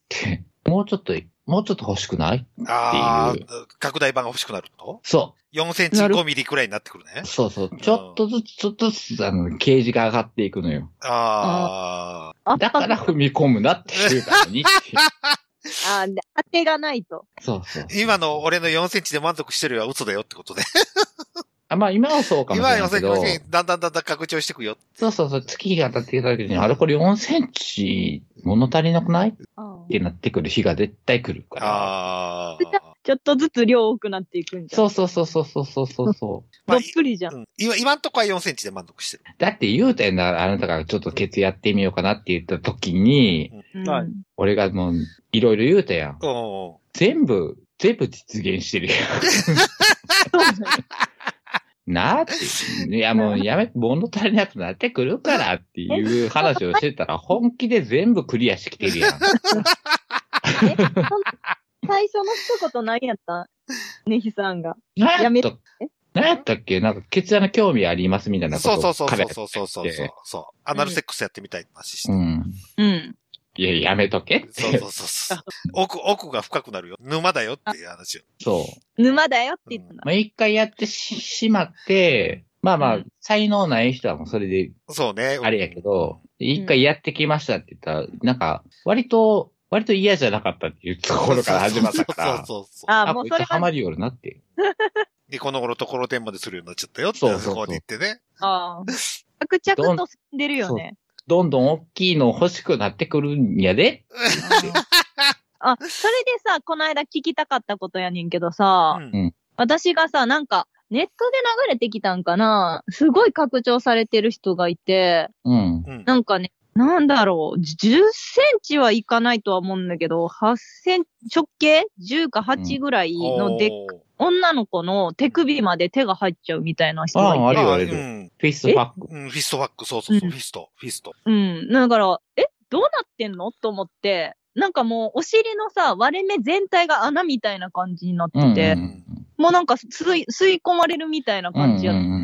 もうちょっと、もうちょっと欲しくないっていう。ああ、 拡大版が欲しくなるとそう。 よんセンチごミリくらいになってくるね。 そうそう。ちょっとずつ、ちょっとずつ、あの、ケージが上がっていくのよ。 ああ。だから踏み込むなっていうのに。 ああ、当てがないと。 そうそう。 今の俺のよんセンチで満足してるは嘘だよってことで。 あまあ今はそうかもしれないけど。今はよんセンチ、 だんだんだんだん拡張していくよ。 そうそうそう。月が当たってきた時に、あれこれよんセンチ物足りなくないってなってくる日が絶対来るから。 ああ。 ちょっとずつ量多くなっていくんじゃん。 そうそうそうそうそうそうそう。 どっぷりじゃん。 うん、今、今んとこはよんセンチで満足してる。 だって言うたよな、あなたがちょっとケツやってみようかなって言った時に、 うん、 俺がもういろいろ言うたやん。 うん、 全部、全部実現してるやん。なあって。いやもうやめ、物足りなくなってくるからっていう話をしてたら本気で全部クリアしてきてるやん。 え最初の一言何やったねひさんが。 何やった何やったっけなんか、ケツ穴興味ありますみたいなことそうそうそうそうそうそうそう。そうアナルセックスやってみたいって話して。 うん。 うん。 いや、やめとけって。 そうそうそうそう。奥、奥が深くなるよ。沼だよっていう話よ。 そう。 沼だよって言ったんだ。 まあ、一回やってし、しまって、まあまあ、うん、才能ない人はもうそれで、 そうね。 あれやけど、一、うん、回やってきましたって言ったら、なんか、割と、割と嫌じゃなかったっていうところから始まったから。 そうそうそう。 あ、もうそれハマりよるなって。 で、この頃ところてんまでするようになっちゃったよって、 そうそうそうそこに行ってね。 ああ。着々と進んでるよね。 どんどん大きいの欲しくなってくるんやで。 あ、それでさ、この間聞きたかったことやねんけどさ、 うん、 私がさ、なんか、ネットで流れてきたんかな、すごい拡張されてる人がいて、 うん、 なんかね、なんだろう、じゅっセンチはいかないとは思うんだけど、はちセンチ、直径じゅうかはちぐらいのでっか、うん、女の子の手首まで手が入っちゃうみたいな人がいて。 ああ、あるよあるよ。うん、フィストファック。 うん、フィストファック、そうそうそう、うん、フィスト、フィスト。 うん。だから、え、どうなってんのと思って、なんかもうお尻のさ、割れ目全体が穴みたいな感じになってて、うんうんうん、もうなんか吸い、吸い込まれるみたいな感じやった。 うんうんうん、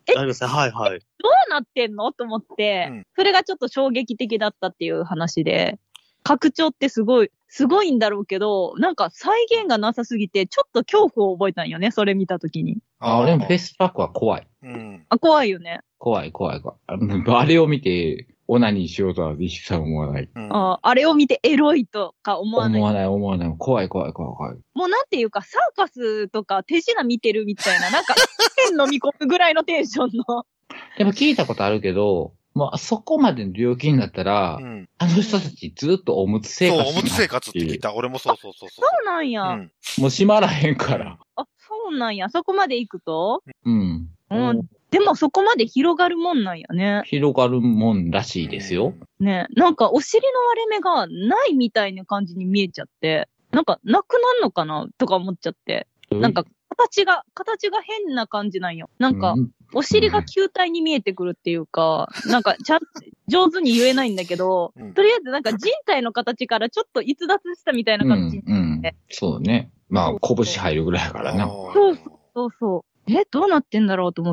え、 ありますね。はいはい。 どうなってんのと思って、 うん、 それがちょっと衝撃的だったっていう話で、拡張ってすごい、すごいんだろうけど、なんか再現がなさすぎて、ちょっと恐怖を覚えたんよね、それ見たときに。 あ、俺もフェイスパックは怖い。 うん。 あ、怖いよね。 怖い、怖い、怖い。あれを見て、オナニーしようとは一切思わない。 うん、 あ, あれを見てエロいとか思わない。 思わない、思わない。怖い、怖い、怖い、怖い。 もうなんていうか、サーカスとか手品見てるみたいな、なんか、変飲み込むぐらいのテンションの。 でも聞いたことあるけど、もうそこまでの料金だったら、うん、あの人たちずっとおむつ生活。 そう、おむつ生活って聞いた。俺もそうそうそうそう。 そうなんや、うん。 もう閉まらへんから。 あ、そうなんや。そこまで行くとうん。 うん。でもそこまで広がるもんなんやね。 広がるもんらしいですよ。 ね。なんかお尻の割れ目がないみたいな感じに見えちゃって、なんかなくなんのかなとか思っちゃって。なんか形が、形が変な感じなんよ。なんか、お尻が球体に見えてくるっていうか、うん、なんかちゃんと上手に言えないんだけど、うん、とりあえずなんか人体の形からちょっと逸脱したみたいな感じになって、うんうん。 そうね。まあ、拳入るぐらいやからな。 そうそうそう。え、どうなってんだろうと思って、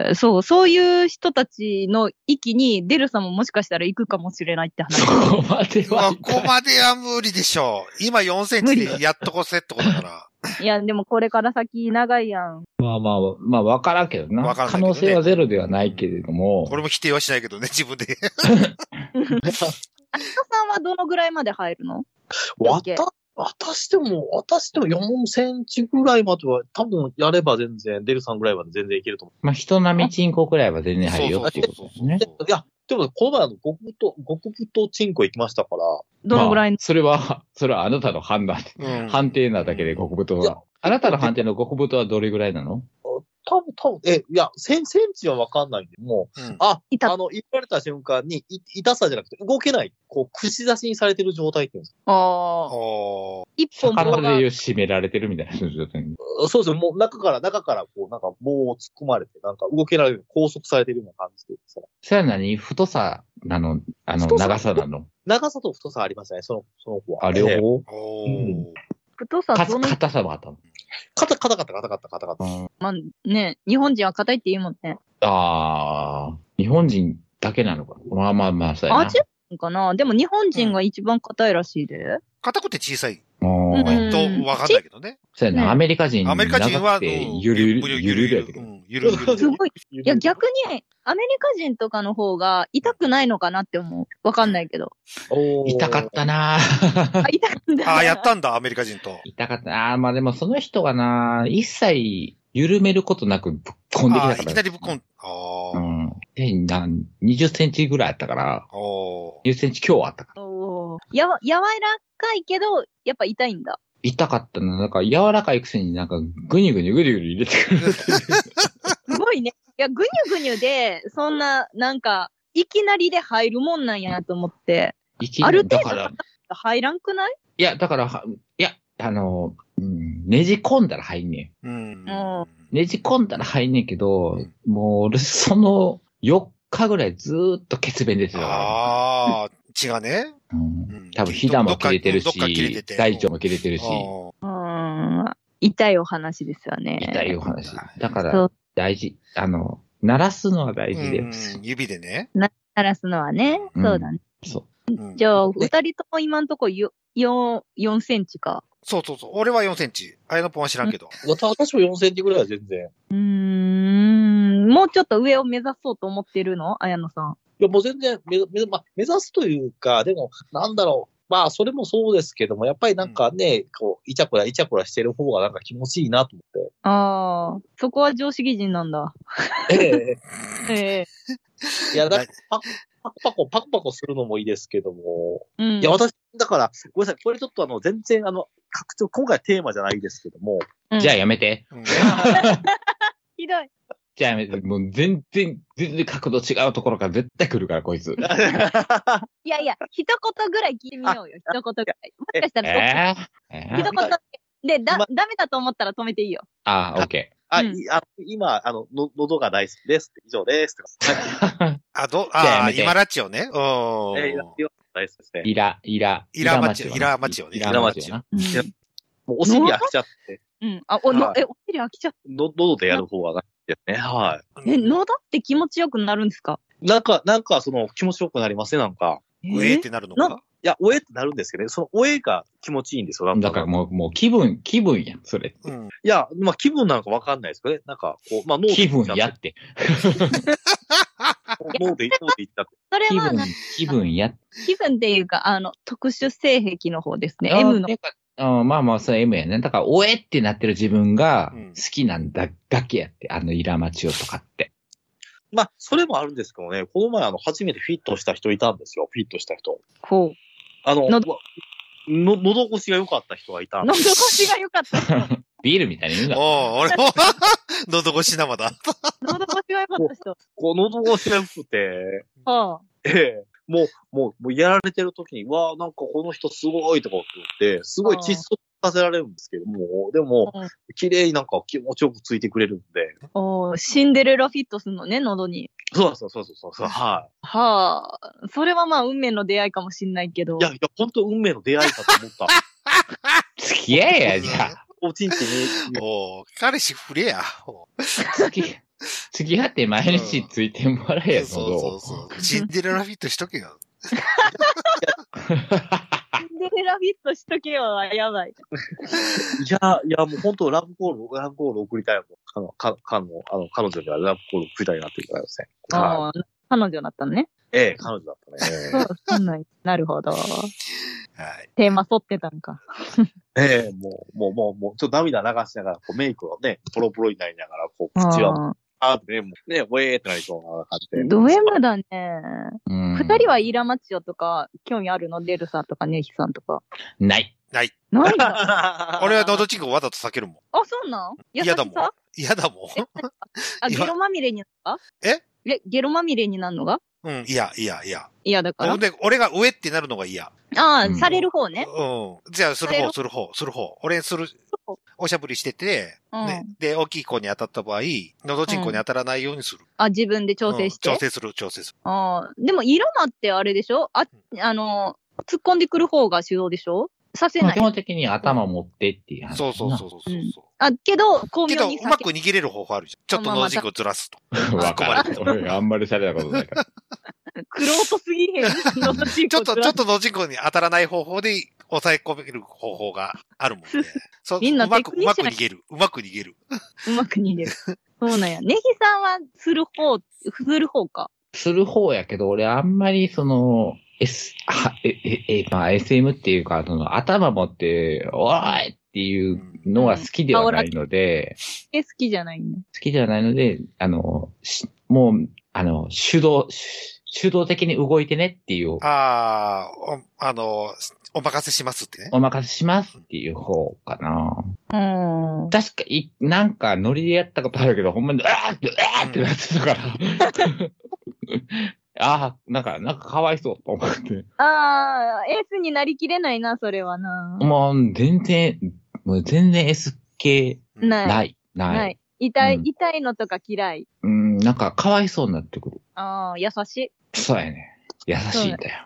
そう、そういう人たちの域にデルさんももしかしたら行くかもしれないって話。 そこまでは。 そこまでは無理でしょう。今よんセンチでやっとこせってことだから。 いや、でもこれから先長いやん。 まあまあ、まあわからんけどな。わからんけどね。可能性はゼロではないけれども。 これも否定はしないけどね、自分で。 あきこさんはどのぐらいまで入るの？ わた私でも、私でもよんセンチぐらいまでは、多分やれば全然、デルさんぐらいまで全然いけると思う。 まあ、人並みチンコぐらいは全然入るよっていうことですね。 いや、でも、この前あの、極太、極太チンコ行きましたから。 どのぐらい、 まあ、それは、それはあなたの判断、うん、判定なだけで極太は。あなたの判定の極太はどれぐらいなの？ 多分、多分、え、いや、セン、センチはわかんないんで、もう、うん、あ、あの、言われた瞬間に、い、痛さじゃなくて、動けない、こう、串刺しにされてる状態っていうんですか。 ああ。一本棒が。魚で締められてるみたいな状態に。 そうです。もう、中から、中から、こう、なんか棒を突っ込まれて、なんか動けられる、拘束されてるような感じでさ。 それは何？太さなの？あの、長さなの？ 長さと太さありましたね、その、その子は。 あ、両方？ うん。 太さどの？ 硬さもあったの？ 硬かった、硬かった、硬かった。 まあね、日本人は硬いって言うもんね。 ああ、日本人だけなのか。まあまあまあ、そうやな。 アジアかな？でも日本人が一番硬いらしいで。 硬くて小さい。 うん。 と、わかんないけどね。 そうやな、アメリカ人。 アメリカ人は、 ゆるゆる、ゆるやけど。 ゆるゆる。 すごい。いや、逆に、アメリカ人とかの方が痛くないのかなって思う。わかんないけど。 痛かったなぁ。あ、痛かったんだ。 あ、やったんだ、アメリカ人と。 痛かったなぁ。まあでもその人はなぁ、一切緩めることなくぶっこんできたから。 いきなりぶっこん、ああ。うん。で、な、にじゅっセンチぐらいあったから。 おにじゅっセンチ強あったから。 おや、柔らかいけど、やっぱ痛いんだ。 痛かったな。なんか柔らかいくせになんかぐにゅぐにゅぐにゅぐにゅ入れてくる。すごいね。いや、ぐにゅぐにゅで、そんな、なんか、いきなりで入るもんなんやなと思って。 いきなり、だから。 入らんくない？ いや、だから、いや、あの、うん、ねじ込んだら入んねん。うん。 ねじ込んだら入んねんけど、うん、もう俺、そのよっかぐらいずーっと血便出てたから。 ああ、血がね。 うん。多分、ひだも切れてるし、大腸も切れてるし。 うん。痛いお話ですよね。 痛いお話。だから、大事。あの、鳴らすのは大事です。 うん、指でね。 な、鳴らすのはね。そうだね。 うん、そう。 じゃあ、二人とも今んとこよ、よ、よんセンチか。 そうそうそう。俺はよんセンチ。あやのぽんは知らんけど。 私もよんセンチぐらいは全然。 うーん。もうちょっと上を目指そうと思ってるの？綾野さん。 いや、もう全然目、目、ま、目指すというか、でも、なんだろう。まあ、それもそうですけども、やっぱりなんかね、うん、こう、イチャコラ、イチャコラしてる方がなんか気持ちいいなと思って。 ああ、そこは常識人なんだ。 ええええ。 いや、だからパクパコパコ、パコパコするのもいいですけども。 うん、 いや、私、だから、ごめんなさい、これちょっとあの、全然あの、拡張、今回テーマじゃないですけども。 うん、じゃあやめて。うん、 ひどい。 じゃあやめて。もう全然、全然角度違うところから絶対来るから、こいつ。いやいや、一言ぐらい聞いてみようよ。一言ぐらい。もしかしたら、 えーえー、 一言で、だ、ま、ダメだと思ったら止めていいよ。 ああ、オッケー。 あ、うん、あ今、あの、の、喉が大好きです。以上です。 あ、ど、あ、今ラッチオね。うん。 えー、大好きですね。 イラ、イラ、 イラマチオ、イラマチオね。 イラマチオな。 もうお尻飽きちゃって。 うん。あ、お、の、え、お尻飽きちゃって。 の、喉でやる方はな。 ですね。はえ、喉って気持ちよくなるんですか？ い。なんか、なんかその気持ちよくなりますね、なんか。 うえーってなるのかいや、おえってなるんですけどね、そのおえが気持ちいいんですよ、なんだからもう、もう気分、気分やん、それって。 うん。 いや、まあ気分なのかわかんないですけどね。なんか、こう、まあ脳で気分言っちゃってやって。 脳で、脳で言っちゃって。 気分それはな、、 気分やって。 気分っていうか、あの、特殊性癖の方ですね。 あ M の。 てかあまあまあ、それ M やね。だから、おえってなってる自分がうん好きなんだ、だけやって、あの、イラマチオとかって。 まあ、それもあるんですけどね、この前あの、初めてフィットした人いたんですよ、フィットした人。 ほう。 あの、 のわの、喉越しが良かった人がいたんで喉越しが良かった人。 ビールみたいに言うな。 おー、俺も、喉越し生だ。 喉越しが良かった人。 こう、喉越しが良くて、 はあ。 ええもう、もう、もうやられてる時に、わあ、なんかこの人すごいとかって言って、すごい窒息させられるんですけども、でも、 うん綺麗になんか気持ちよくついてくれるんで、 おーシンデレラフィットするのね、喉に。 そうそうそうそうそう、ははあ。それはまあ、運命の出会いかもしんないけど。 い。いや、いや、本当運命の出会いかと思った。 付き合えや、じゃあ。 おちんちに、 おー、彼氏触れや。お付き、付き合って毎日ついてもらえや、 そう喉を。 そうそう。シンデレラフィットしとけよ。 シンデレラフィットしとけよはやばい。 いや、いや、もう本当ラブコール、ラブコール送りたいもん。あの、か、かの、あの、彼女にはラブコール送りたいなっていうからですね。はああ、彼女だったのね。 い。ええ、彼女だったね。 そう、そんなんなるほど。 はい。 テーマ沿ってたんか。 ええ、もう、もう、もう、もう、ちょっと涙流しながら、こう、メイクをね、ポロポロになりながら、こう、口は、 ああーってね、もう、ね、ウェーってなりそうな感じで。 ード M だね。 うん二人はイラマチオとか興味あるの？デルさんとかネヒさんとか。 ない。 ない。 ないんだ。 俺は喉チンコわざと避けるもん。 あ、そうなん？優し嫌だもんさ。 嫌だもん。 あ、 今ゲロまみれになるのか？ ええ、ゲロまみれになるのがうん、いや、いや、いや。 嫌だから。 で、俺が上ってなるのが嫌。 ああ、 うんされる方ね。 うん。じゃあ、する方、する方、する方。俺する、おしゃぶりしてて、 うんね、で、大きい子に当たった場合、喉チンコに当たらないようにする。 あ、自分で調整して。 うん調整する、調整する。 ああ、でも、イラマってあれでしょ？あ、あの、突っ込んでくる方が主導でしょ？させないまあ基。本的に頭持ってっていう話。 そうそうそうそうそう。 うんあ、けど、巧けど、 妙に避けうまく逃げれる方法あるじゃん。ちょっと喉チンコずらすと。 う。わからん。俺あんまりされたことないから。 クロートすぎへん。 ちょっと、ちょっと喉チンコに当たらない方法で抑え込める方法があるもんね。そう、 みんなうまく、うまテクニシャンく逃げる。うまく逃げる。 うまく逃げる。そうなんや。ネギさんはする方、する方か。 する方やけど、俺あんまりその、S、は、え、え、え、まあ エスエム っていうか、その頭持って、おーいっていうのが好きではないので、 え、好きじゃないね。 好きではないので、あの、しもう、あの、手動、し手動的に動いてねっていう、 ああ、おあの、お任せしますってね。 お任せしますっていう方かな。 うん。 確か、い、なんかノリでやったことあるけど、ほんまに、あーって、あーってなってたから。ああ、なんか、なんかかわいそうと思って。 ああ、エースになりきれないな、それはな。 もう、全然、もう全然 S 系ない。 ない。ない。 ない。痛い、 うん痛いのとか嫌い。 うん、なんかかわいそうになってくる。 ああ、優しい。 そうやね。優しいんだよ。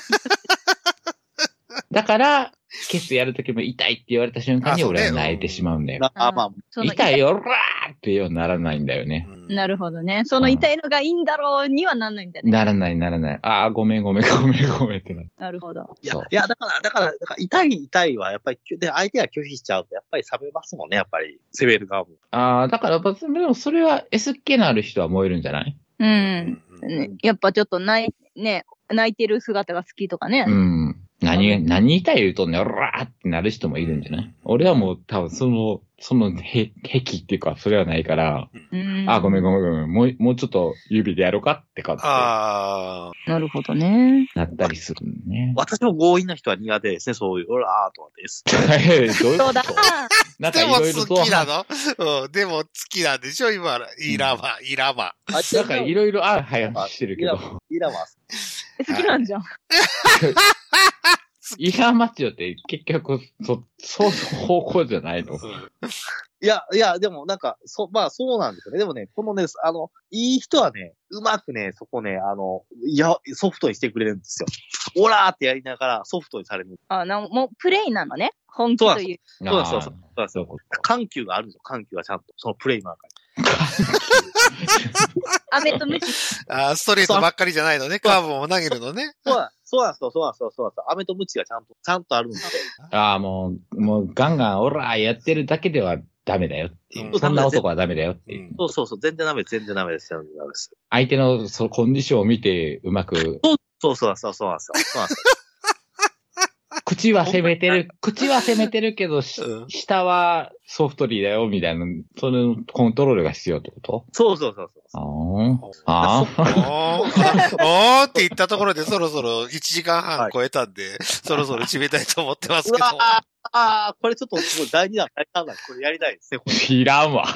だから、ケツやるときも痛いって言われた瞬間にあそうね俺は泣いてしまうんだよ。 なあ、まあ、 その痛いよ、らーってようにならないんだよね。 うんなるほどね。その痛いのがいいんだろうにはなんないんだね。 ならない、ならない。ああ、ごめん、ごめん、ごめん、ごめんってなる。 なるほど。 いやそう、 いや、だから、だから、だから痛い痛いは、やっぱり、で、相手が拒否しちゃうと、やっぱり冷めますもんね、やっぱり、攻める側も。 ああ、だから、でもそれは S 系のある人は燃えるんじゃない？ う。 うんんねやっぱちょっと泣い、ね、泣いてる姿が好きとかね。 うん。何、何痛い言うとね、おらーってなる人もいるんじゃない？俺はもう多分その、そのへ、癖っていうか、それはないから、 うん。 あ、ごめんごめんごめん、もう、もうちょっと指でやろうかって感じでああ、 なるほどね。 なったりするね。 私も強引な人は苦手ですね、そういう、うらーとかです。 えどういうことそうだ。 なんかでもいろいろと、 好きなのうん、でも好きなんでしょ今、イラマ、イラマ。 あなんかいろいろある話してるけど、 イラマは好きなんじゃん。 イラマチオって結局、そ、そういう方向じゃないの？ いや、いや、でもなんか、そ、まあそうなんですよね。でもね、このね、あの、いい人はね、うまくね、そこね、あの、いや、ソフトにしてくれるんですよ。オラーってやりながらソフトにされる。 あ、なもうプレイなのね。本気という。 そうです、そうです。そうですあーそういうこと緩急があるんですよ、緩急がちゃんと。そのプレイの中に。 飴とムチ。 あーストレートばっかりじゃないのね。カーブも投げるのね。 そうなんそうなんですよ、そうなんですよ、そうなんですよ。飴とムチがちゃんと、ちゃんとあるんで。 ああ、もう、もうガンガンオラーやってるだけではダメだよっていう。 うんそんな男はダメだよっていう。 うんそうそうそう、全然ダメです、全然ダメです、全然ダメです。 相手のそのコンディションを見てうまく、 そうそうそう、そうなんですよ。そうなんですよ。 口は攻めてる、口は攻めてるけど、しうん下はソフトリーだよみたいな、そのコントロールが必要ってことそうそうそうそう。 ああ。ああ。 おー、おーって言ったところでそろそろいちじかんはん超えたんで、そろそろ締めたいと思ってますけど。 うわああー、これちょっとすごいだいにだん、だいさんだん、これやりたいですね、これ。 いらんわ。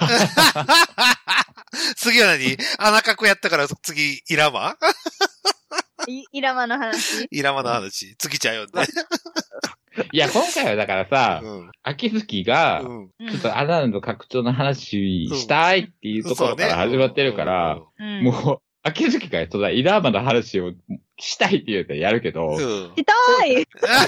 次は何穴角やったから次、イラマいイラマの話。 イラマの話。次ちゃうよね。 いや、今回はだからさ、 うん。 秋月が、 うん。 ちょっとアナの拡張の話したいっていうところから始まってるから、 うん。 もう、秋月がそのイラーマの話をしたいって言うたらやるけど、 うん。うん。 したい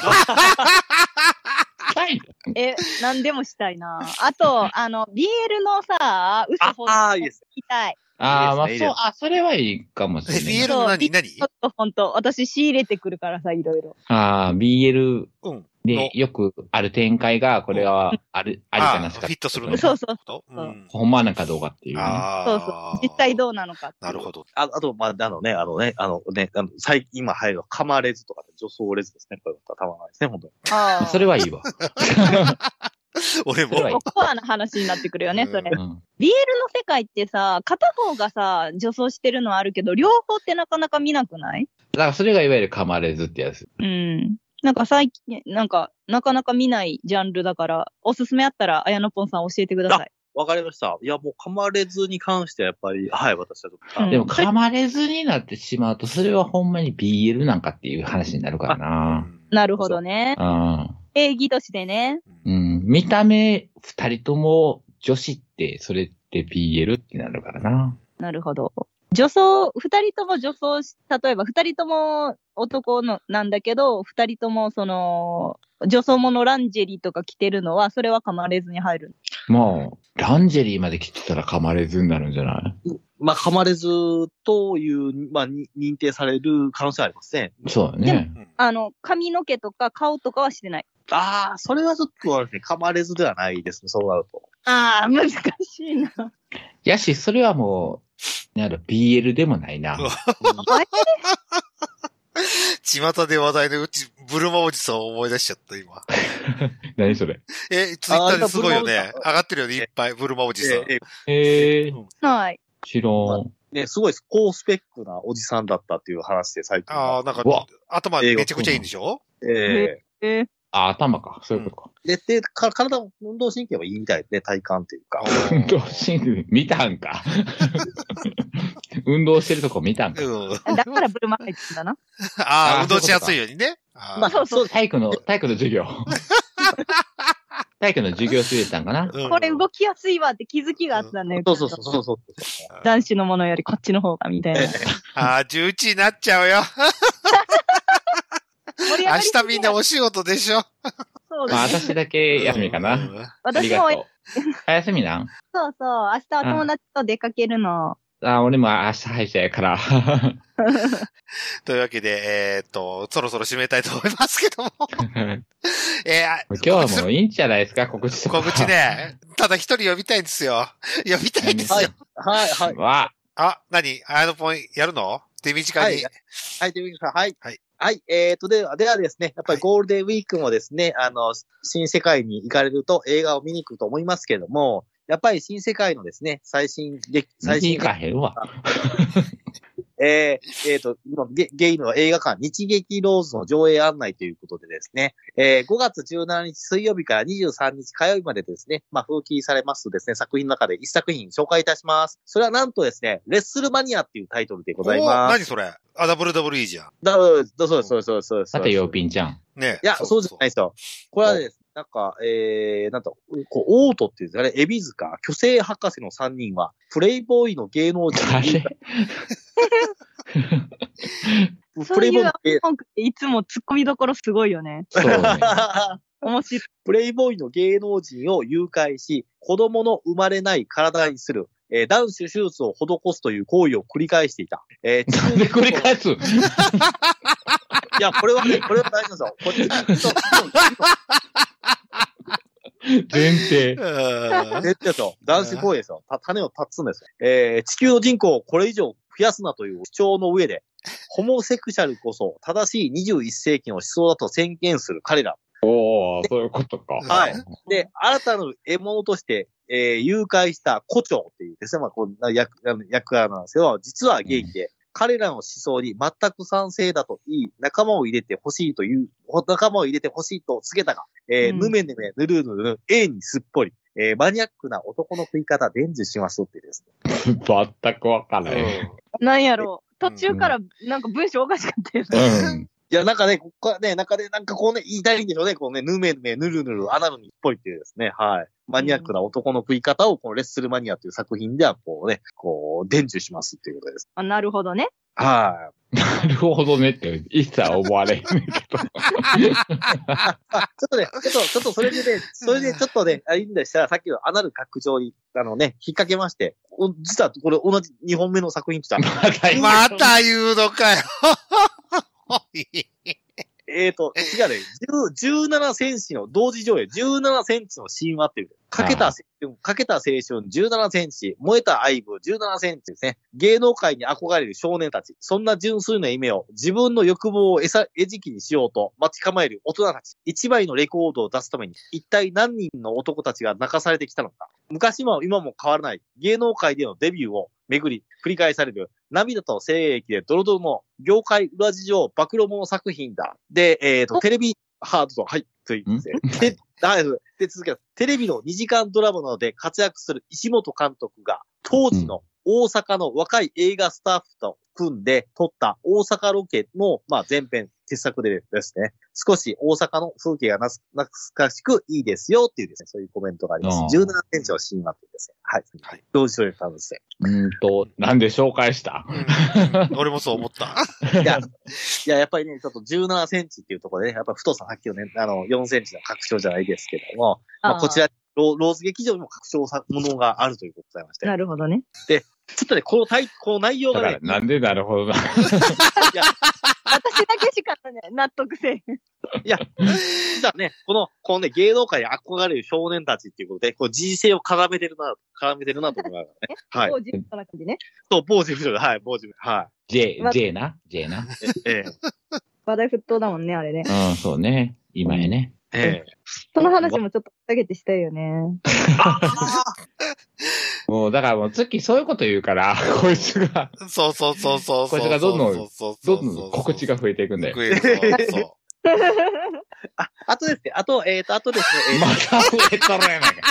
したいえ、なんでもしたいな。あと、あの、ビーエル のさ、嘘フォントああ、いいです。 聞きたい。 ああ、まあいいですねそう、あ、それはいいかもしれえ、 ない。 ビーエル の何何ちょっとほんと、私仕入れてくるからさ、いろいろ。 ああ、ビーエルうん。 でよくある展開が、これはある、ありかなしか。 あフィットするのそうそうとそううん。 ほんまなんかどうかっていうね。 あそうあ。 そう。実際どうなのかっていう。 なるほど。 ああと、まあ、あのね、あのね、あのね、あの最近今入るカマレズとかで女装レズですね。これたまらないですね、本当に。 ああ。 それはいいわ。 俺もそれはいい。 コアな話になってくるよね、それ。 うんビーエル の世界ってさ、片方がさ、女装してるのはあるけど、両方ってなかなか見なくない？ だからそれがいわゆるカマレズってやつ。 うん。なんか最近、なんか、なかなか見ないジャンルだから、おすすめあったら、綾野ぽんさん教えてください。 わかりました。いや、もうカマレズに関してはやっぱり、はい、私はちょっと。 うんでも、カマレズになってしまうと、それはほんまに ビーエル なんかっていう話になるからな。 なるほどね。 うん。 礼儀としてね。 うん。見た目、二人とも女子って、それって ビーエル ってなるからな。 なるほど。女装、二人とも女装し、例えば二人とも男のなんだけど、二人ともその、女装ものランジェリーとか着てるのは、それはカマレズに入る。 もう、ランジェリーまで着てたらカマレズになるんじゃないまあ、カマレズという、まあ、に認定される可能性ありますね。 そうだね。 うん。 あの、髪の毛とか顔とかはしてない。 ああ、それはちょっとあれですね、カマレズではないですね、そうなると。 ああ、難しいな。 やし、それはもう、なんだろ ビーエル でもないな。 巷で話題のうち、ブルマおじさんを思い出しちゃった、今。 何それ。 え、ツイッターですごいよあね。 ブルマおじさん上がってるよね、いっぱい、ブルマおじさん。 ええええー、 はい。 知らん。 ね、すごいです。高スペックなおじさんだったっていう話で最近は。 ああ、なんかうわ、 頭めちゃくちゃいいんでしょえええー、 あ、頭か。そういうことか。 で、で、か体も、運動神経はいいみたいで、体幹っていうか。 運動神経、見たんか。運動してるとこ見たんか。 うん。 だからブルマ入ってんだな。 ああ、 あー運動しやすいようにね。あーまあ、 そうそう体育の、体育の授業。体育の授業してたんかな。 うんこれ動きやすいわって気づきがあったんだよ。 そうそうそうそうそう。 男子のものよりこっちの方がみたいな。 ああ、じゅういちになっちゃうよ。 盛り上明がりすぎや日みんなお仕事でしょ。 まあ、 そうだね。 私だけ休みかな。 うんあり私も、 がとう。あ、休みなんそうそう、明日は友達と出かけるの。 あ、俺も明日歯医者やから。 というわけで、えーっと、そろそろ締めたいと思いますけども。えーあ今日はもういいんじゃないですか、告知とか。 告知。ね。ただ一人呼びたいんですよ。呼びたいんですよ。 はい、はい、はい。 わ、 あ、何あのポインやるの手短に。 はいはい、ということではい。 はい。 はい。えーと、では、ではですね、やっぱりゴールデンウィークもですね、あの、新世界に行かれると映画を見に行くと思いますけれども、やっぱり新世界のですね、最新劇、最新最新かへんわ。 えー、えーと、今ゲ、ゲイの映画館、日劇ローズの上映案内ということでですね、えー、ごがつじゅうしちにち水曜日からにじゅうさんにち火曜日までですね、まあ、風紀されますですね、作品の中で一作品紹介いたします。それはなんとですね、レッスルマニアっていうタイトルでございおーます。 何それあ、ダブルダブルイー じゃん。 だそうです、そうです、そうです、そうです。 さて、ようぴんちゃん。 ねいや、そうじゃないですよ。これはですね、なんか、えー、なんと、こう、オートっていうんですかね、エビ塚、巨星博士のさんにんは、プレイボーイの芸能人あれそういうの芸文句っていつも突っ込みどころすごいよね。 そうね。 面白い。 プレイボーイの芸能人を誘拐し、子供の生まれない体にする、 えー、断種手術を施すという行為を繰り返していた。えー、 なんで繰り返すいや、これはね、これは大事なんですよ。こっち、 前提。 前提ですよ。断種行為ですよ。た種を断つんですよ。えー、地球の人口をこれ以上増やすなという主張の上で、ホモセクシャルこそ正しいにじゅういっ世紀の思想だと宣言する彼ら。 おー、そういうことか。 はい。で、新たなる獲物として、えー、誘拐した胡蝶っていうですね、まあ、こんな役、役柄なんですけど、実はゲイで、うん、彼らの思想に全く賛成だと言い、仲間を入れてほしいという、仲間を入れてほしいと告げたが、えー、ぬめぬめ、ぬるぬる、A にすっぽり、えー、マニアックな男の食い方伝授しますってですね。全くわからない。 うん、なんやろう。途中からなんか文章おかしかったよね。うんいや、なんかね、ここはね、中でなんかこうね、言いたいんでしょうね。こうね、ぬめぬめ、ぬるぬる、アナルにっぽいっていうですね、はい。マニアックな男の食い方を、このレッスルマニアという作品では、こうね、こう、伝授しますっていうことです。 あ、なるほどね。 はい。 なるほどねって、一切思われへんけど。ちょっとね、ちょっと、ちょっとそれでね、それでちょっとね、いいんでしたら、さっきのアナル拡張に、あのね、引っ掛けまして、実はこれ同じにほんめの作品とした。 また言うのかよ。 えっと、違うね、じゅうななセンチの同時上映、じゅうななセンチの神話っていう、かけた青春、かけた青春じゅうななセンチ、燃えた愛部じゅうななセンチですね。芸能界に憧れる少年たち、そんな純粋な夢を自分の欲望を餌、餌食にしようと待ち構える大人たち、一枚のレコードを出すために、一体何人の男たちが泣かされてきたのか。昔も今も変わらない芸能界でのデビューを巡り、繰り返される涙と精液でドロドロの業界裏事情暴露物作品だ。で、えっ、ー、と、テレビ、ハードと、はい、と言ってで、で、続けます。テレビのにじかんドラマなどで活躍する石本監督が、当時の大阪の若い映画スタッフと組んで撮った大阪ロケの、まあ、前編、傑作でですね、少し大阪の風景がなす懐かしくいいですよっていうですね、そういうコメントがあります。じゅうななセンチの神話っていうですね。はい。はい。同時それたんですね。 うんと、なんで紹介したうん、俺もそう思った。 いや、いや、やっぱりね、ちょっとじゅうななセンチっていうところでね、やっぱ太ささっきのね、あの、よんセンチの拡張じゃないですけども、あまあ、こちらロ、ローズ劇場にも拡張さものがあるということでございまして。 なるほどね。 で、ちょっとね、このタイ、この内容がね。 なんでなるほどな。いや、私だけしかね、納得せえへん。 いや、実はね、この、このね、芸能界に憧れる少年たちっていうことで、こう、人生を絡めてるな、絡めてるなと思いながらね。はい。 某事務所な感じね。 そう、某事務所で、はい、某事務所、はい。 J、J な ?J な。 ええ。 話題沸騰だもんね、あれね。 うん、そうね。今やね。 ええ。 その話もちょっと下げてしたいよね。 もう、だからもう、月そういうこと言うから、こいつが。 そうそうそうそう。 こいつがどんどん、どんどん告知が増えていくんだよ。 増える。そうそう。 あ、あとですね、あと、えっ、ー、と、あとですね。 えー、また増えとるやないか。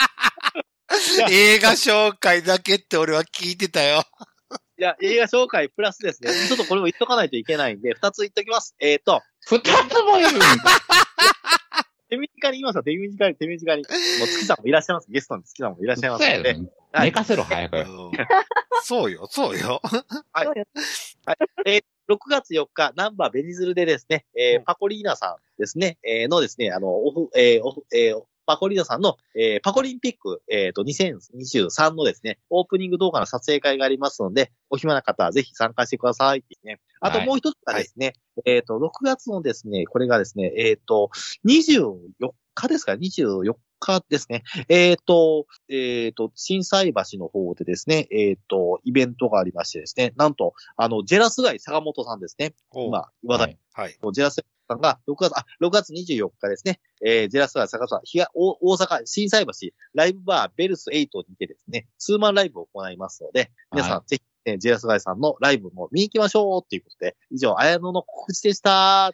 映画紹介だけって俺は聞いてたよ。 いや、映画紹介プラスですね。ちょっとこれも言っとかないといけないんで、二つ言っときます。えっ、ー、と。 二つも言うんか。 手短に言いますよ、手短に、手短に。もう月さんもいらっしゃいます。ゲストの月さんもいらっしゃいますので。 はい、寝かせろ、早く。 そうよ、そうよ。 はい。はい、えー、ろくがつよっか、ナンバーベニズルでですね、えー、パコリーナさんですね、えー、のですね、あの、オフ、えー、オフ、えー、パコリーナさんの、えー、パコリンピック、えっ、ー、と、にせんにじゅうさんのですね、オープニング動画の撮影会がありますので、お暇な方はぜひ参加してくださいですね。あともう一つがですね、はい、えっ、ー、と、ろくがつのですね、これがですね、えっ、ー、と、にじゅうよっかですか、にじゅうよっかですね。えっ、ー、と、えっ、ー、と、心斎橋の方でですね、えっ、ー、と、イベントがありましてですね、なんと、あの、ジェラス街坂本さんですね。今、話題。 はい。 ジェラスさんが、ろくがつ、あ、ろくがつにじゅうよっかですね、えー、ジェラス街坂本さん、ひが、大阪、心斎橋、ライブバーベルスエイトにてですね、ツーマンライブを行いますので、皆さん、はい、ぜひ、えー、ジェラス街さんのライブも見に行きましょうっていうことで、以上、綾野の告知でした。はい。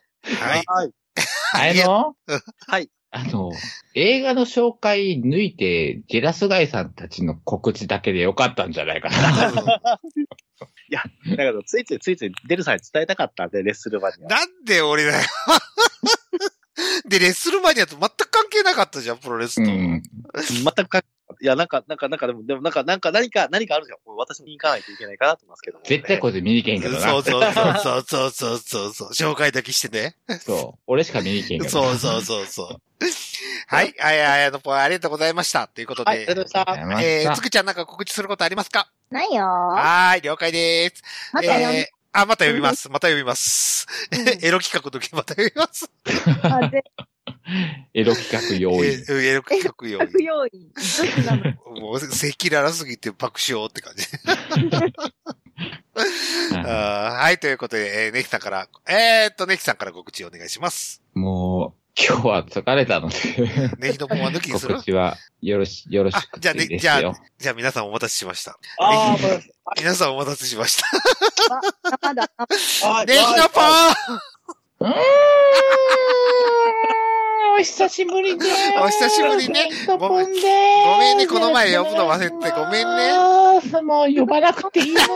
はい。綾野はい。 あの、映画の紹介抜いて、ジェラスガイさんたちの告知だけでよかったんじゃないかな。 いや、だからついついついついデルさんに伝えたかったんで、レッスルマニア。 なんで俺だよ。で、レッスルマニアと全く関係なかったじゃん、プロレスと。うん、 全く関係いや、なんか、なんか、なんか、でも、でも、なんか、なんか、何か、何かあるじゃん。私も見に行かないといけないかなと思いますけど、ね。 絶対これで見に行けんけどな。 そうそうそうそうそうそうそう。紹介だけしてね。 そう。俺しか見に行けんけど。 そうそうそうそう。 はい。あやあやのぽんありがとうございました。ということで。 はい、ありがとうございました。 えー、つくちゃんなんか告知することありますか？ ないよ。 はーい、了解でーす。 また読んえー、あ、また読みます。また読みます。エロ企画の時また読みます。 あぜエロ企画用意。 えーエロ企画用意。 不用意。どっちなの？ もう、赤裸々すぎて爆笑って感じ。あはい、ということで、えー、ネキさんから、えーっと、ネキさんから告知お願いします。 もう、今日は疲れたので。 ネヒのポンは抜きにする？ 告知は、よろし、よろしくじゃあね、じゃあ、じゃあ皆さんお待たせしました。 あー、 皆さんお待たせしました。 あ、まだ。 あネヒのポンうーんお久しぶりでーす。 お久しぶりね。ごめん。ごめんね、この前呼ぶの忘れてごめんね。 もう呼ばなくていいのに。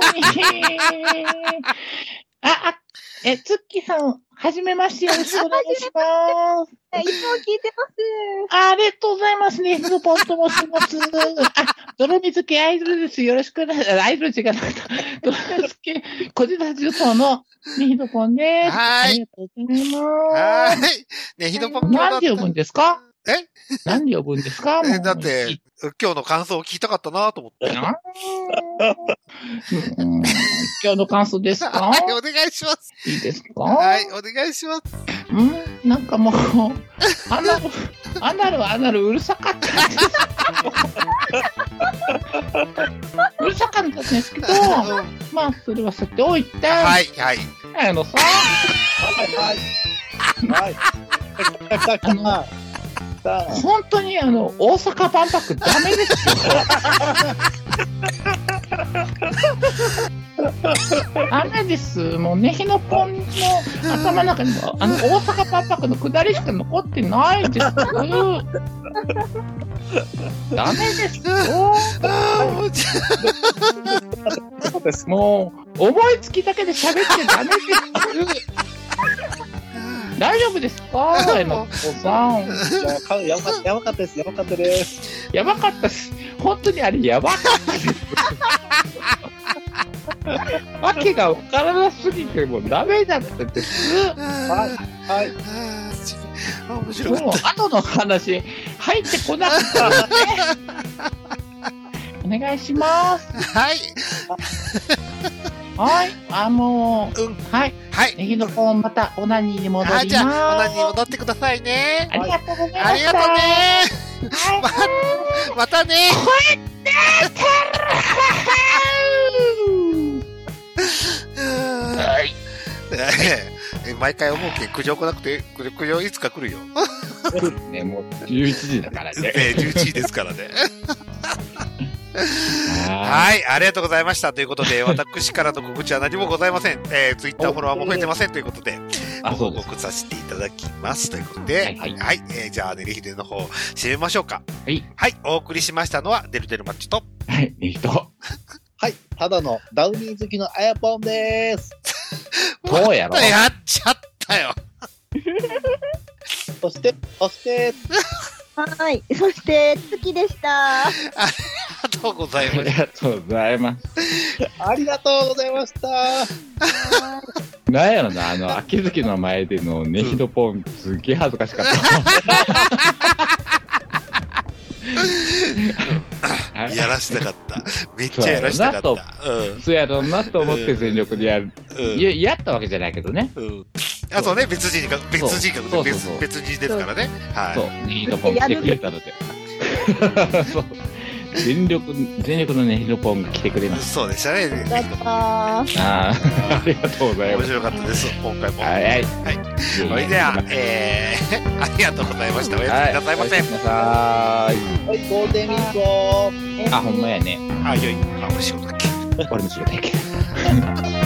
あ、あ、え、ツッキーさん、はじめましてよろしくお願いします。 いつも聞いてます。 ありがとうございますね。ヒロポンと申します。あ、泥水系アイドルです。よろしくな、アイドル違うなかった。泥水系、こじらじゅとのヒロポンです。 はーい。 ありがとうございます。 はーい。ね、ヒロポン何で呼ぶんですか？ え何で呼ぶんですか？ え、だって、今日の感想を聞きたかったなと思って。 うん今日の感想ですか？ はい、お願いします。 いいですか？ はい、お願いします。 うん、なんかもう、アナル、アナル、アナルうるさかったんです。うるさかったんですけど、まあ、それはさておいて、 はい、はい。 あのさ、 はい。はい。 あの、本当にあの、大阪万博ダメですよ。ダメです。もうねひのぽんの頭の中にも、あの、大阪万博の下りしか残ってないです。ダメですよ。もう、思いつきだけで喋ってダメです。大丈夫ですか？えのこさん。 やばかった、やばかったです。やばかったです。 やばかったです。本当にあれやばかったです。わけがわからなすぎてもうダメだったです。 はい。はい。 面白かった。 もう後の話入ってこなかったので、お願いします。 はい。 はい。あ、もう、 うん、 はい。 はい。 ネギのポンまたオナニーに戻ります。 あ、じゃあ、オナニーに戻ってくださいね。 ありがとうございました。 ありがとうね。 はい。 ま、またね。はい。毎回思うけん、苦情来なくて、苦情いつか来るよ。 ね、もうじゅういちじだからね。 ね、じゅういちじですからね。はい、ありがとうございました。ということで、私からの告知は何もございません。えー、ツイッターフォロワーも増えてませんということで、ご報告させていただきます。ということで、はい、はいはい、えー、じゃあ、ねりひでの方、締めましょうか。はい。はい、お送りしましたのは、デルデルマッチと、 はい、えっと、 はい、ただのダウニー好きのあやぽんでーす。 どうやろうやっちゃったよ。 そして、そして、 はい。そして、月でした。 ありがとうございます。 ありがとうございます。 ありがとうございました。 なんやろな、あの、秋月の前でのネヒドポン、すっげえ恥ずかしかった。 やらしたかった。めっちゃやらしたかった。 うん。そうやろうなと思って全力でやる。うん、や、やったわけじゃないけどね。 うん。あ、そうね、別人格、別人格で別、別人ですからね。はい。 そう、ネヒドポン来てくれたので。そう。全力、全力のネヒドポンが来てくれました。 そうでしたね。 やったー。 ああ、ありがとうございます。 面白かったです、今回も。 はい。はい。 それでは、えー、ありがとうございました。おやすみなさいませ。 おやすみなさーい。はい、ゴールデンウィークを。 あ、ほんまやね。 あ、よい。あ、俺仕事だっけ。 俺も仕事だっけ。